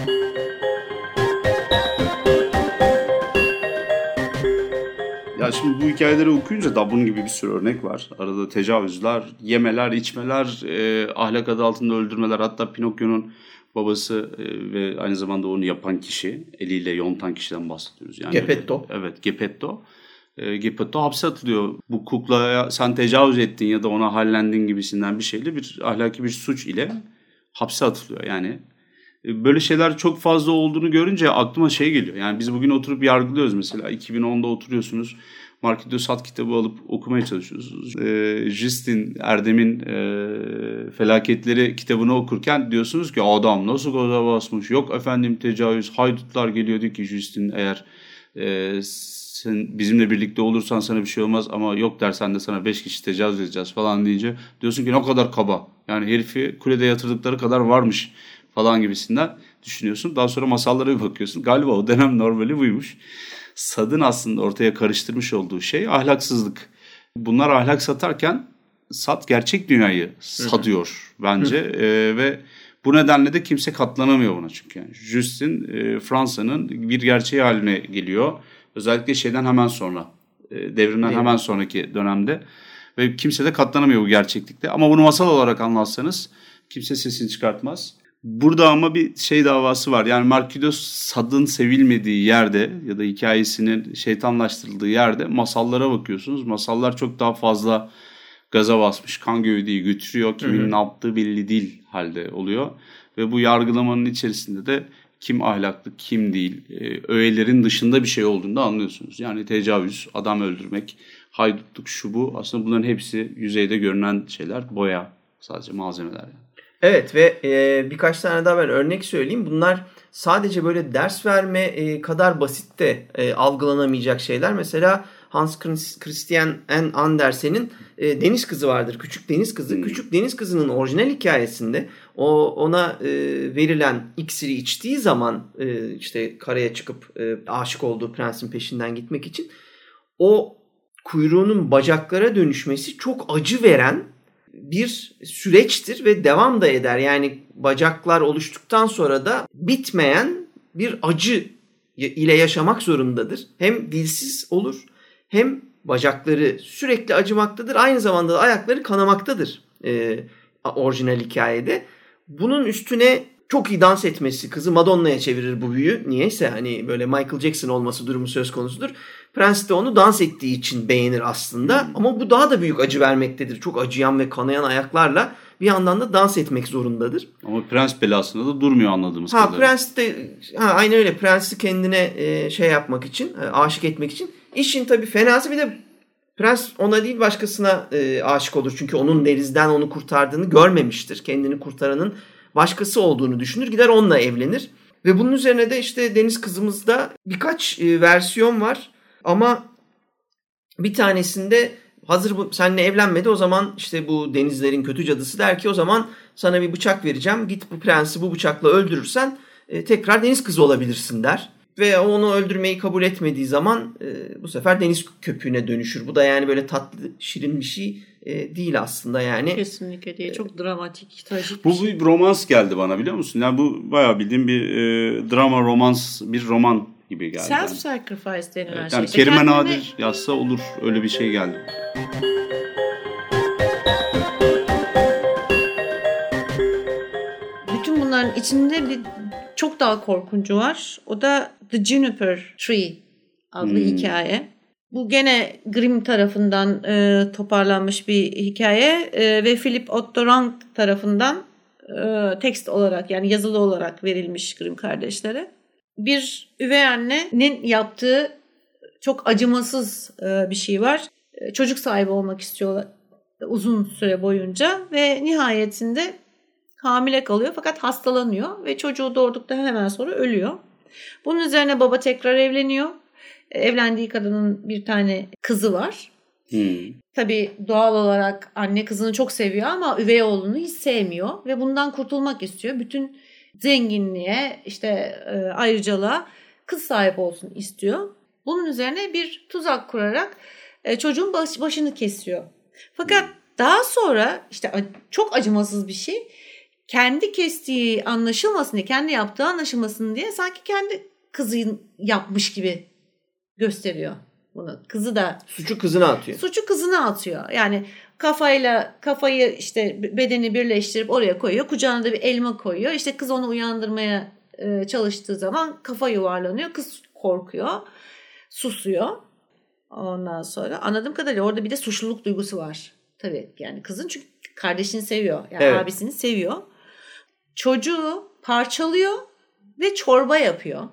Ya şimdi bu hikayeleri okuyunca da bunun gibi bir sürü örnek var. Arada tecavüzler, yemeler, içmeler, ahlak adı altında öldürmeler. Hatta Pinokyo'nun babası ve aynı zamanda onu yapan kişi, eliyle yontan kişiden bahsediyoruz. Yani Geppetto. Evet, Geppetto. Geppetto hapse atılıyor. Bu kuklaya sen tecavüz ettin ya da ona hallendin gibisinden bir şeyle bir ahlaki bir suç ile hapse atılıyor. Yani böyle şeyler çok fazla olduğunu görünce aklıma şey geliyor. Yani biz bugün oturup yargılıyoruz mesela. 2010'da oturuyorsunuz. Marquis de Sade kitabı alıp okumaya çalışıyorsunuz. Justin Erdem'in Felaketleri kitabını okurken diyorsunuz ki adam nasıl gaza basmış. Yok efendim tecavüz, haydutlar geliyordu ki Justin eğer sen bizimle birlikte olursan sana bir şey olmaz ama yok dersen de sana 5 kişi tecavüz edeceğiz falan deyince diyorsun ki ne kadar kaba. Yani herifi kulede yatırdıkları kadar varmış falan gibisinden düşünüyorsun. Daha sonra masallara bir bakıyorsun. Galiba o dönem normali buymuş. Sade'ın aslında ortaya karıştırmış olduğu şey ahlaksızlık. Bunlar ahlak satarken Sade gerçek dünyayı satıyor bence. Ve bu nedenle de kimse katlanamıyor buna çünkü. Yani Justin Fransa'nın bir gerçeği haline geliyor. Özellikle şeyden hemen sonra, devrimden hemen sonraki dönemde. Ve kimse de katlanamıyor bu gerçeklikte. Ama bunu masal olarak anlatsanız kimse sesini çıkartmaz. Burada ama bir şey davası var. Yani Marquis de Sade'ın sevilmediği yerde ya da hikayesinin şeytanlaştırıldığı yerde masallara bakıyorsunuz. Masallar çok daha fazla gaza basmış, kan gövdeyi götürüyor. Kimin ne yaptığı belli değil halde oluyor. Ve bu yargılamanın içerisinde de kim ahlaklı, kim değil, öğelerin dışında bir şey olduğunu da anlıyorsunuz. Yani tecavüz, adam öldürmek, haydutluk, şu bu. Aslında bunların hepsi yüzeyde görünen şeyler, boya, sadece malzemeler yani. Evet ve birkaç tane daha ben örnek söyleyeyim. Bunlar sadece böyle ders verme kadar basit de algılanamayacak şeyler. Mesela Hans Christian Andersen'in Deniz Kızı vardır. Küçük Deniz Kızı. Küçük Deniz Kızı'nın orijinal hikayesinde ona verilen iksiri içtiği zaman işte karaya çıkıp aşık olduğu prensin peşinden gitmek için o kuyruğunun bacaklara dönüşmesi çok acı veren bir süreçtir ve devam da eder. Yani bacaklar oluştuktan sonra da bitmeyen bir acı ile yaşamak zorundadır. Hem dilsiz olur hem bacakları sürekli acımaktadır. Aynı zamanda da ayakları kanamaktadır orijinal hikayede. Bunun üstüne çok iyi dans etmesi, kızı Madonna'ya çevirir bu büyü. Niyeyse hani böyle Michael Jackson olması durumu söz konusudur. Prens de onu dans ettiği için beğenir aslında. Ama bu daha da büyük acı vermektedir. Çok acıyan ve kanayan ayaklarla bir yandan da dans etmek zorundadır. Ama prens belasında da durmuyor anladığımız kadarıyla. Prens de aynen öyle. Prensi kendine şey yapmak için, aşık etmek için. İşin tabii fenası bir de prens ona değil başkasına aşık olur. Çünkü onun denizden onu kurtardığını görmemiştir. Kendini kurtaranın başkası olduğunu düşünür. Gider onunla evlenir. Ve bunun üzerine de işte Deniz Kızımızda birkaç versiyon var. Ama bir tanesinde hazır seninle evlenmedi o zaman işte bu denizlerin kötü cadısı der ki o zaman sana bir bıçak vereceğim. Git bu prensi bu bıçakla öldürürsen tekrar deniz kızı olabilirsin der. Ve onu öldürmeyi kabul etmediği zaman bu sefer deniz köpüğüne dönüşür. Bu da yani böyle tatlı, şirin bir şey değil aslında yani. Kesinlikle değil. Çok dramatik, trajik bu bir şey. Bir romans geldi bana biliyor musun? Yani bu bayağı bildiğim bir drama romans, bir roman gibi geldi. Self-sacrifice denilen evet, şey. yani Kerime Nadir yazsa olur öyle bir şey geldi. Bütün bunların içinde bir çok daha korkuncu var. O da The Juniper Tree adlı hikaye. Bu gene Grimm tarafından toparlanmış bir hikaye ve Philip Otto Rank tarafından tekst olarak, yani yazılı olarak verilmiş Grimm kardeşlere. Bir üvey annenin yaptığı çok acımasız bir şey var. Çocuk sahibi olmak istiyorlar uzun süre boyunca ve nihayetinde hamile kalıyor fakat hastalanıyor ve çocuğu doğurduktan hemen sonra ölüyor. Bunun üzerine baba tekrar evleniyor. Evlendiği kadının bir tane kızı var. Tabii doğal olarak anne kızını çok seviyor ama üvey oğlunu hiç sevmiyor ve bundan kurtulmak istiyor. Bütün zenginliğe, işte ayrıcalığa kız sahip olsun istiyor. Bunun üzerine bir tuzak kurarak çocuğun başını kesiyor. Fakat daha sonra işte çok acımasız bir şey. Kendi kestiği anlaşılmasın diye, kendi yaptığı anlaşılmasın diye sanki kendi kızı yapmış gibi gösteriyor bunu. Kızı da suçu kızına atıyor. Suçu kızına atıyor. Yani kafayı işte bedeni birleştirip oraya koyuyor. Kucağına da bir elma koyuyor. İşte kız onu uyandırmaya çalıştığı zaman kafa yuvarlanıyor. Kız korkuyor. Susuyor. Ondan sonra anladığım kadarıyla orada bir de suçluluk duygusu var. Tabii yani kızın, çünkü kardeşini seviyor. Yani evet, abisini seviyor. Çocuğu parçalıyor ve çorba yapıyor.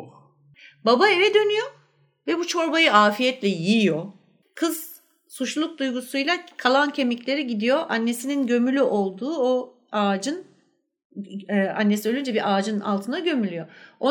Baba eve dönüyor ve bu çorbayı afiyetle yiyor. Kız suçluluk duygusuyla kalan kemikleri gidiyor annesinin gömülü olduğu o ağacın, annesi ölünce bir ağacın altına gömülüyor.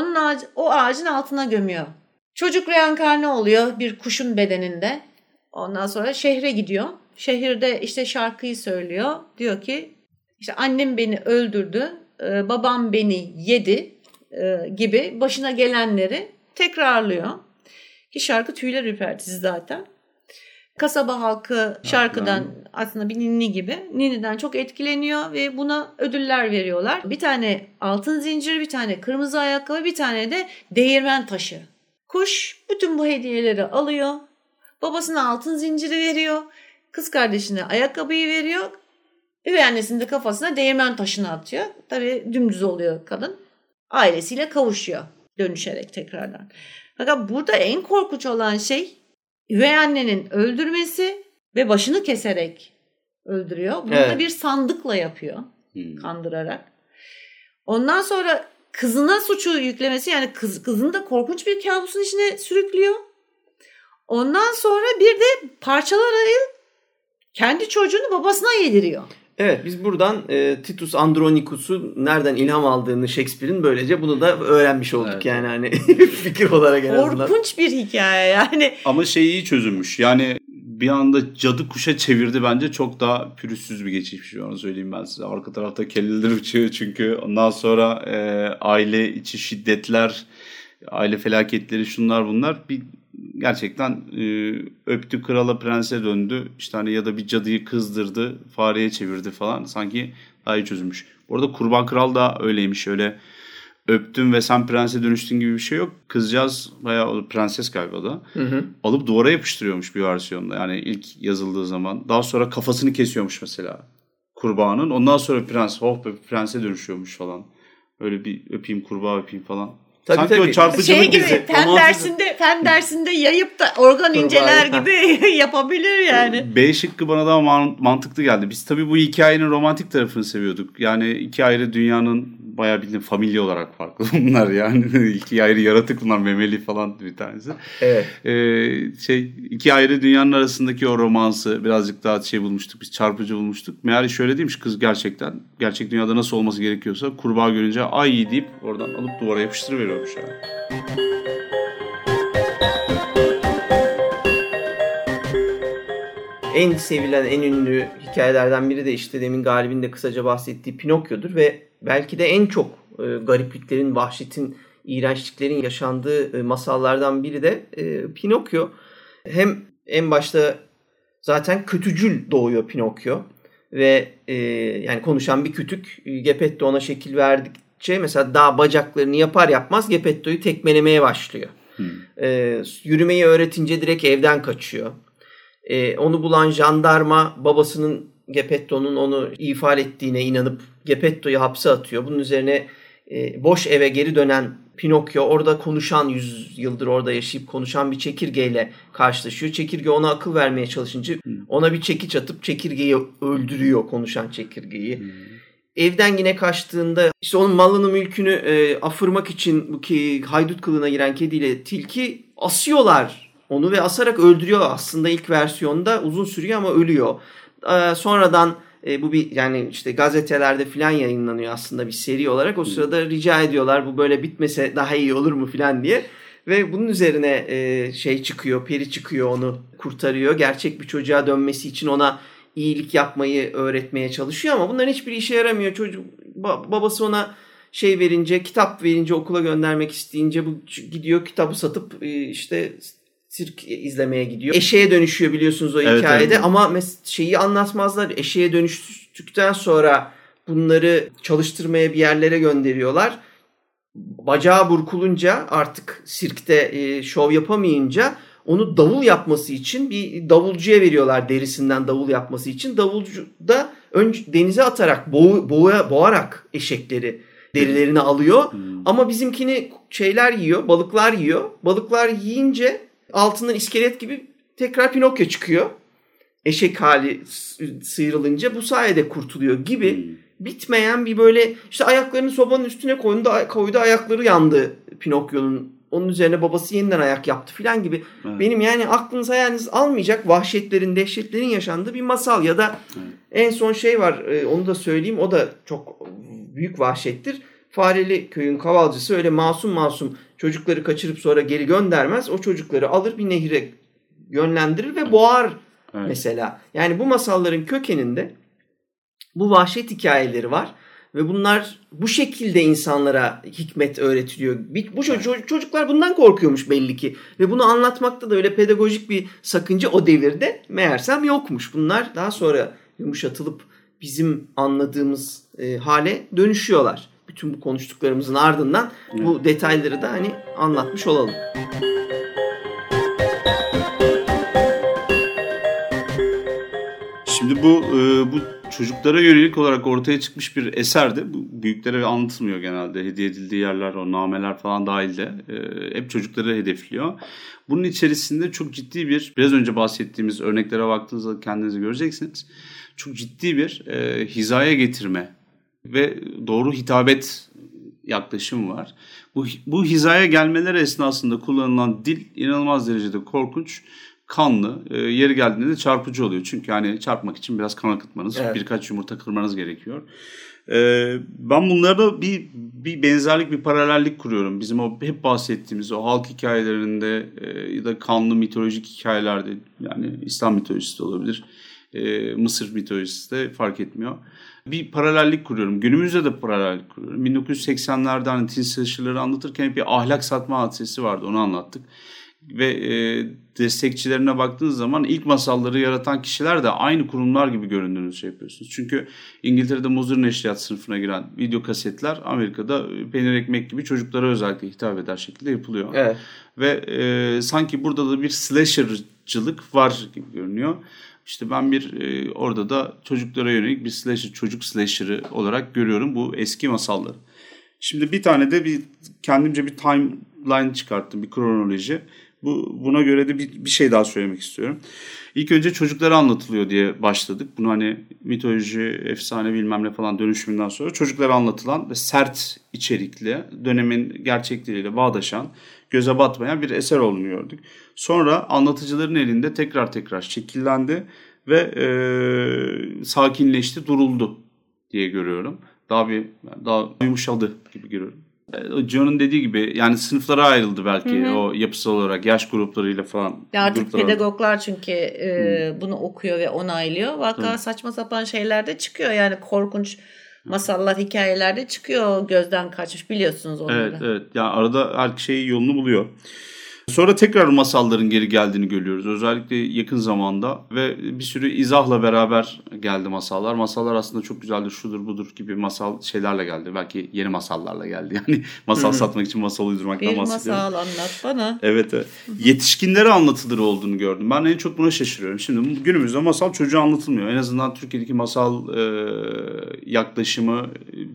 O ağacın altına gömüyor. Çocuk reenkarne oluyor bir kuşun bedeninde. Ondan sonra şehre gidiyor. Şehirde işte şarkıyı söylüyor. Diyor ki işte annem beni öldürdü, babam beni yedi gibi başına gelenleri tekrarlıyor. Ki şarkı tüyler ürpertici zaten. Kasaba halkı şarkıdan aslında bir ninni gibi. Ninniden çok etkileniyor ve buna ödüller veriyorlar. Bir tane altın zincir, bir tane kırmızı ayakkabı, bir tane de değirmen taşı. Kuş bütün bu hediyeleri alıyor. Babasına altın zinciri veriyor. Kız kardeşine ayakkabıyı veriyor. Üvey annesinin de kafasına değirmen taşını atıyor. Tabii dümdüz oluyor kadın. Ailesiyle kavuşuyor dönüşerek tekrardan. Fakat burada en korkunç olan şey üvey annenin öldürmesi ve başını keserek öldürüyor. Bunu da bir sandıkla yapıyor. Kandırarak. Ondan sonra kızına suçu yüklemesi, yani kızını da korkunç bir kabusun içine sürüklüyor. Ondan sonra bir de parçalayarak kendi çocuğunu babasına yediriyor. Evet, biz buradan Titus Andronicus'u nereden ilham aldığını Shakespeare'in böylece bunu da öğrenmiş olduk. Evet. Yani hani fikir olarak en azından. Korkunç bir hikaye yani. Ama iyi çözülmüş. Yani bir anda cadı kuşa çevirdi bence, çok daha pürüzsüz bir geçişmiş, onu söyleyeyim ben size. Arka tarafta kelleler uçuyor çünkü ondan sonra aile içi şiddetler, aile felaketleri, şunlar bunlar bir gerçekten öptü krala prense döndü işte hani, ya da bir cadıyı kızdırdı fareye çevirdi falan, sanki daha iyi çözülmüş. Bu arada Kurban Kral da öyleymiş, öyle öptün ve sen prense dönüştün gibi bir şey yok. Kızcağız bayağı, prenses galiba da, alıp duvara yapıştırıyormuş bir versiyonda, yani ilk yazıldığı zaman. Daha sonra kafasını kesiyormuş mesela kurbanın, ondan sonra prens prense dönüşüyormuş falan. Öyle bir öpeyim kurbağa öpeyim falan. Tabii. O çarpıcılık gibi fen dersinde yayıp da organ inceler gibi yapabilir yani. B şıkkı bana daha mantıklı geldi. Biz tabii bu hikayenin romantik tarafını seviyorduk. Yani iki ayrı dünyanın bayağı bildiğin familya olarak farklı bunlar yani. İki ayrı yaratık bunlar, memeli falan bir tanesi. Evet. İki ayrı dünyanın arasındaki o romansı birazcık daha bulmuştuk. Biz çarpıcı bulmuştuk. Meğer şöyle değilmiş, kız gerçek dünyada nasıl olması gerekiyorsa kurbağa görünce ay deyip oradan alıp duvara yapıştırıveriyormuş yani. En sevilen, en ünlü hikayelerden biri de işte demin Galip'in de kısaca bahsettiği Pinokyo'dur ve belki de en çok garipliklerin, vahşetin, iğrençliklerin yaşandığı masallardan biri de Pinokyo. Hem en başta zaten kötücül doğuyor Pinokyo ve yani konuşan bir kütük, Geppetto ona şekil verdikçe mesela daha bacaklarını yapar yapmaz Geppetto'yu tekmelemeye başlıyor. Yürümeyi öğretince direkt evden kaçıyor. Onu bulan jandarma babasının, Geppetto'nun onu ifade ettiğine inanıp Geppetto'yu hapse atıyor. Bunun üzerine boş eve geri dönen Pinokyo orada konuşan, 100 yıldır orada yaşayıp konuşan bir çekirgeyle karşılaşıyor. Çekirge ona akıl vermeye çalışınca ona bir çekiç atıp çekirgeyi öldürüyor, konuşan çekirgeyi. Evden yine kaçtığında işte onun malını mülkünü afırmak için bu haydut kılığına giren kediyle tilki asıyorlar onu ve asarak öldürüyor. Aslında ilk versiyonda uzun sürüyor ama ölüyor. Sonradan bu bir yani işte gazetelerde filan yayınlanıyor aslında bir seri olarak. O sırada rica ediyorlar bu böyle bitmese daha iyi olur mu filan diye. Ve bunun üzerine çıkıyor, peri çıkıyor, onu kurtarıyor. Gerçek bir çocuğa dönmesi için ona iyilik yapmayı öğretmeye çalışıyor ama bunların hiçbir işe yaramıyor. Babası ona kitap verince, okula göndermek isteyince bu gidiyor kitabı satıp işte sirk izlemeye gidiyor. Eşeğe dönüşüyor biliyorsunuz o hikayede, evet. Ama şeyi anlatmazlar. Eşeğe dönüştükten sonra bunları çalıştırmaya bir yerlere gönderiyorlar. Bacağı burkulunca artık sirkte şov yapamayınca onu davul yapması için bir davulcuya veriyorlar, derisinden davul yapması için. Davulcu da önce denize atarak boğarak eşekleri derilerini alıyor. Ama bizimkini yiyor, balıklar yiyor. Balıklar yiyince altından iskelet gibi tekrar Pinokyo çıkıyor. Eşek hali sıyrılınca bu sayede kurtuluyor gibi bitmeyen bir böyle işte ayaklarını sobanın üstüne koydu, ayakları yandı Pinokyo'nun. Onun üzerine babası yeniden ayak yaptı filan gibi. Evet. Benim yani aklınız hayaliniz almayacak vahşetlerin, dehşetlerin yaşandığı bir masal. Ya da en son var, onu da söyleyeyim, o da çok büyük vahşettir. Fareli Köyün Kavalcısı öyle masum çocukları kaçırıp sonra geri göndermez. O çocukları alır bir nehire yönlendirir ve boğar mesela. Yani bu masalların kökeninde bu vahşet hikayeleri var. Ve bunlar bu şekilde insanlara hikmet öğretiliyor. Bu çocuklar bundan korkuyormuş belli ki. Ve bunu anlatmakta da öyle pedagojik bir sakınca o devirde meğersem yokmuş. Bunlar daha sonra yumuşatılıp bizim anladığımız hale dönüşüyorlar. Bütün bu konuştuklarımızın ardından bu detayları da anlatmış olalım. Şimdi bu çocuklara yönelik olarak ortaya çıkmış bir eser de bu büyüklere anlatılmıyor genelde. Hediye edildiği yerler, o nameler falan dahil de hep çocukları hedefliyor. Bunun içerisinde çok ciddi biraz önce bahsettiğimiz örneklere baktığınızda kendinizi göreceksiniz. Çok ciddi bir hizaya getirme ve doğru hitabet yaklaşım var. Bu hizaya gelmeleri esnasında kullanılan dil inanılmaz derecede korkunç, kanlı, yeri geldiğinde de çarpıcı oluyor. Çünkü çarpmak için biraz kan akıtmanız, birkaç yumurta kırmanız gerekiyor. Ben bunlarda bir benzerlik, bir paralellik kuruyorum. Bizim o hep bahsettiğimiz o halk hikayelerinde ya da kanlı mitolojik hikayelerde, yani İslam mitolojisi de olabilir, Mısır mitolojisi de fark etmiyor. Bir paralellik kuruyorum. Günümüzde de paralellik kuruyorum. 1980'lerde teen slasher'ları anlatırken bir ahlak satma hadisesi vardı. Onu anlattık. Ve destekçilerine baktığınız zaman ilk masalları yaratan kişiler de aynı kurumlar gibi göründüğünü yapıyorsunuz. Çünkü İngiltere'de muzır neşriyat sınıfına giren video kasetler Amerika'da peynir ekmek gibi çocuklara özellikle hitap eder şekilde yapılıyor. Evet. Ve sanki burada da bir slasher'cılık var gibi görünüyor. İşte ben orada da çocuklara yönelik bir çocuk slasher'ı olarak görüyorum bu eski masalları. Şimdi bir tane de kendimce bir timeline çıkarttım, bir kronoloji. Buna göre de bir şey daha söylemek istiyorum. İlk önce çocuklara anlatılıyor diye başladık. Bunu mitoloji, efsane bilmem ne falan dönüşümünden sonra çocuklara anlatılan ve sert içerikli, dönemin gerçekleriyle bağdaşan, göze batmayan bir eser olduğunu gördük. Sonra anlatıcıların elinde tekrar şekillendi ve sakinleşti, duruldu diye görüyorum. Daha yumuşadı gibi görüyorum. John'un dediği gibi yani sınıflara ayrıldı belki o yapısal olarak yaş gruplarıyla falan. Artık pedagoglar çünkü bunu okuyor ve onaylıyor. Vaka saçma sapan şeyler de çıkıyor. Yani korkunç masallar, hikayelerde çıkıyor, gözden kaçmış biliyorsunuz onları. Evet. Yani arada her şey yolunu buluyor. Sonra tekrar masalların geri geldiğini görüyoruz. Özellikle yakın zamanda ve bir sürü izahla beraber geldi masallar. Masallar aslında çok güzeldir, şudur budur gibi masal şeylerle geldi. Belki yeni masallarla geldi. Yani masal satmak için masal uydurmaktan bahsediyorum. Bir masal anlat bana. Evet. Yetişkinlere anlatılır olduğunu gördüm. Ben en çok buna şaşırıyorum. Şimdi günümüzde masal çocuğa anlatılmıyor. En azından Türkiye'deki masal yaklaşımı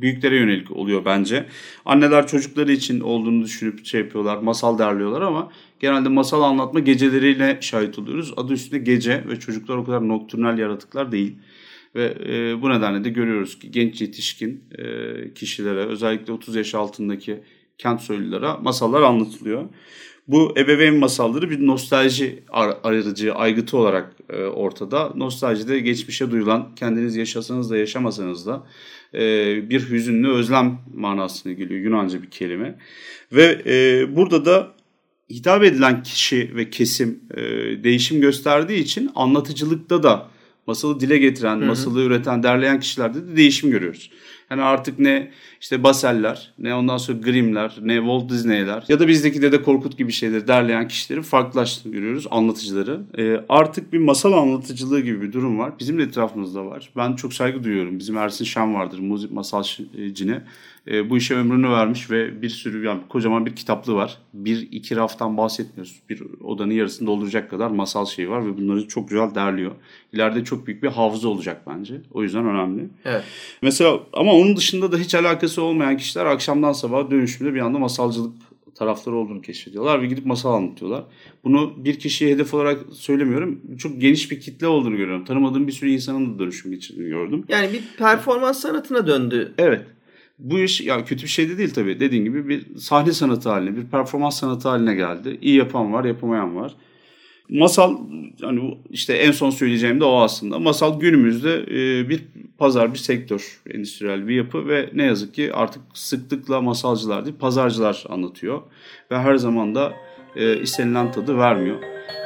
büyüklere yönelik oluyor bence. Anneler çocukları için olduğunu düşünüp şey yapıyorlar, masal derliyorlar ama genelde masal anlatma geceleriyle şahit oluyoruz. Adı üstünde gece ve çocuklar o kadar nokturnal yaratıklar değil. Ve bu nedenle de görüyoruz ki genç yetişkin kişilere, özellikle 30 yaş altındaki kent soylulere masallar anlatılıyor. Bu ebeveyn masalları bir nostalji aracı, aygıtı olarak ortada. Nostaljide geçmişe duyulan, kendiniz yaşasanız da yaşamasanız da bir hüzünlü özlem manasına geliyor. Yunanca bir kelime. Ve burada da hitap edilen kişi ve kesim değişim gösterdiği için anlatıcılıkta da masalı dile getiren, masalı üreten, derleyen kişilerde de değişim görüyoruz. Yani artık ne işte Bassel'ler, ne ondan sonra Grimm'ler, ne Walt Disney'ler ya da bizdeki Dede Korkut gibi şeyleri derleyen kişileri farklılaştığını görüyoruz, anlatıcıları. Artık bir masal anlatıcılığı gibi bir durum var. Bizim de etrafımızda var. Ben çok saygı duyuyorum. Bizim Ersin Şen vardır, masal cini. Bu işe ömrünü vermiş ve bir sürü, yani kocaman bir kitaplığı var. 1-2 raftan bahsetmiyoruz. Bir odanın yarısını dolduracak kadar masal şeyi var ve bunları çok güzel derliyor. İleride çok büyük bir hafıza olacak bence. O yüzden önemli. Evet. Mesela ama onun dışında da hiç alakası olmayan kişiler akşamdan sabaha dönüşümde bir anda masalcılık tarafları olduğunu keşfediyorlar ve gidip masal anlatıyorlar. Bunu bir kişiye hedef olarak söylemiyorum. Çok geniş bir kitle olduğunu görüyorum. Tanımadığım bir sürü insanın da dönüşüm geçirdiğini gördüm. Yani bir performans sanatına döndü. Evet. Bu iş ya kötü bir şey de değil tabii. Dediğin gibi bir sahne sanatı haline, bir performans sanatı haline geldi. İyi yapan var, yapamayan var. Masal, hani işte en son söyleyeceğim de o aslında. Masal günümüzde bir pazar, bir sektör, endüstriyel bir yapı ve ne yazık ki artık sıklıkla masalcılar değil, pazarcılar anlatıyor. Ve her zaman da istenilen tadı vermiyor.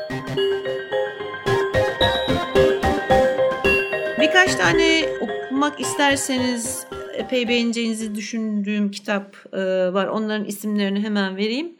Birkaç tane okumak isterseniz epey beğeneceğinizi düşündüğüm kitap var. Onların isimlerini hemen vereyim.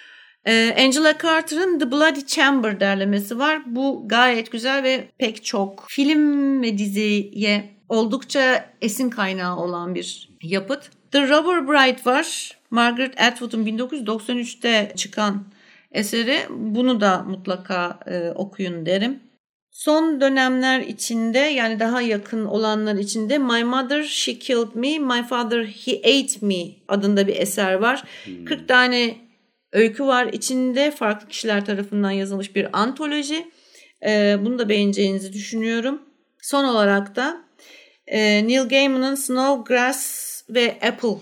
Angela Carter'ın The Bloody Chamber derlemesi var. Bu gayet güzel ve pek çok film ve diziye oldukça esin kaynağı olan bir yapıt. The Robber Bride var. Margaret Atwood'un 1993'te çıkan eseri. Bunu da mutlaka okuyun derim. Son dönemler içinde, yani daha yakın olanlar içinde My Mother She Killed Me, My Father He Ate Me adında bir eser var. 40 tane öykü var içinde, farklı kişiler tarafından yazılmış bir antoloji. Bunu da beğeneceğinizi düşünüyorum. Son olarak da Neil Gaiman'ın Snowgrass ve Apple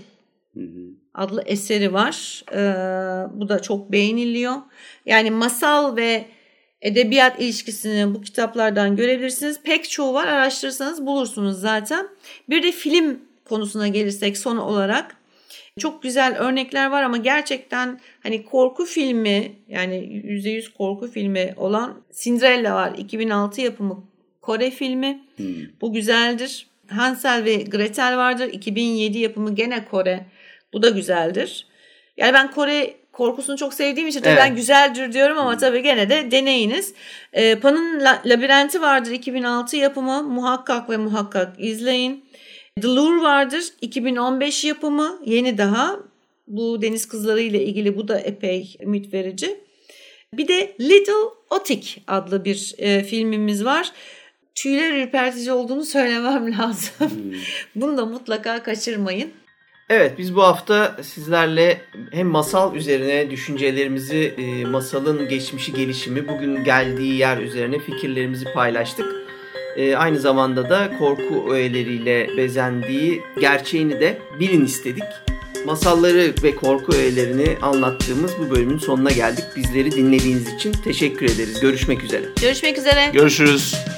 adlı eseri var. Bu da çok beğeniliyor. Yani masal ve edebiyat ilişkisini bu kitaplardan görebilirsiniz. Pek çoğu var, araştırırsanız bulursunuz zaten. Bir de film konusuna gelirsek son olarak. Çok güzel örnekler var ama gerçekten hani korku filmi, yani %100 korku filmi olan Cinderella var. 2006 yapımı Kore filmi. Bu güzeldir. Hansel ve Gretel vardır. 2007 yapımı gene Kore. Bu da güzeldir. Yani ben Kore korkusunu çok sevdiğim için ben güzeldir diyorum ama tabii gene de deneyiniz. Pan'ın Labirenti vardır. 2006 yapımı. Muhakkak ve muhakkak izleyin. The Lure vardır. 2015 yapımı. Yeni daha. Bu deniz kızları ile ilgili, bu da epey ümit verici. Bir de Little Otik adlı bir filmimiz var. Tüyler ürpertici olduğunu söylemem lazım. Bunu da mutlaka kaçırmayın. Evet, biz bu hafta sizlerle hem masal üzerine düşüncelerimizi, masalın geçmişi, gelişimi, bugün geldiği yer üzerine fikirlerimizi paylaştık. Aynı zamanda da korku öğeleriyle bezendiği gerçeğini de bilin istedik. Masalları ve korku öğelerini anlattığımız bu bölümün sonuna geldik. Bizleri dinlediğiniz için teşekkür ederiz. Görüşmek üzere. Görüşmek üzere. Görüşürüz.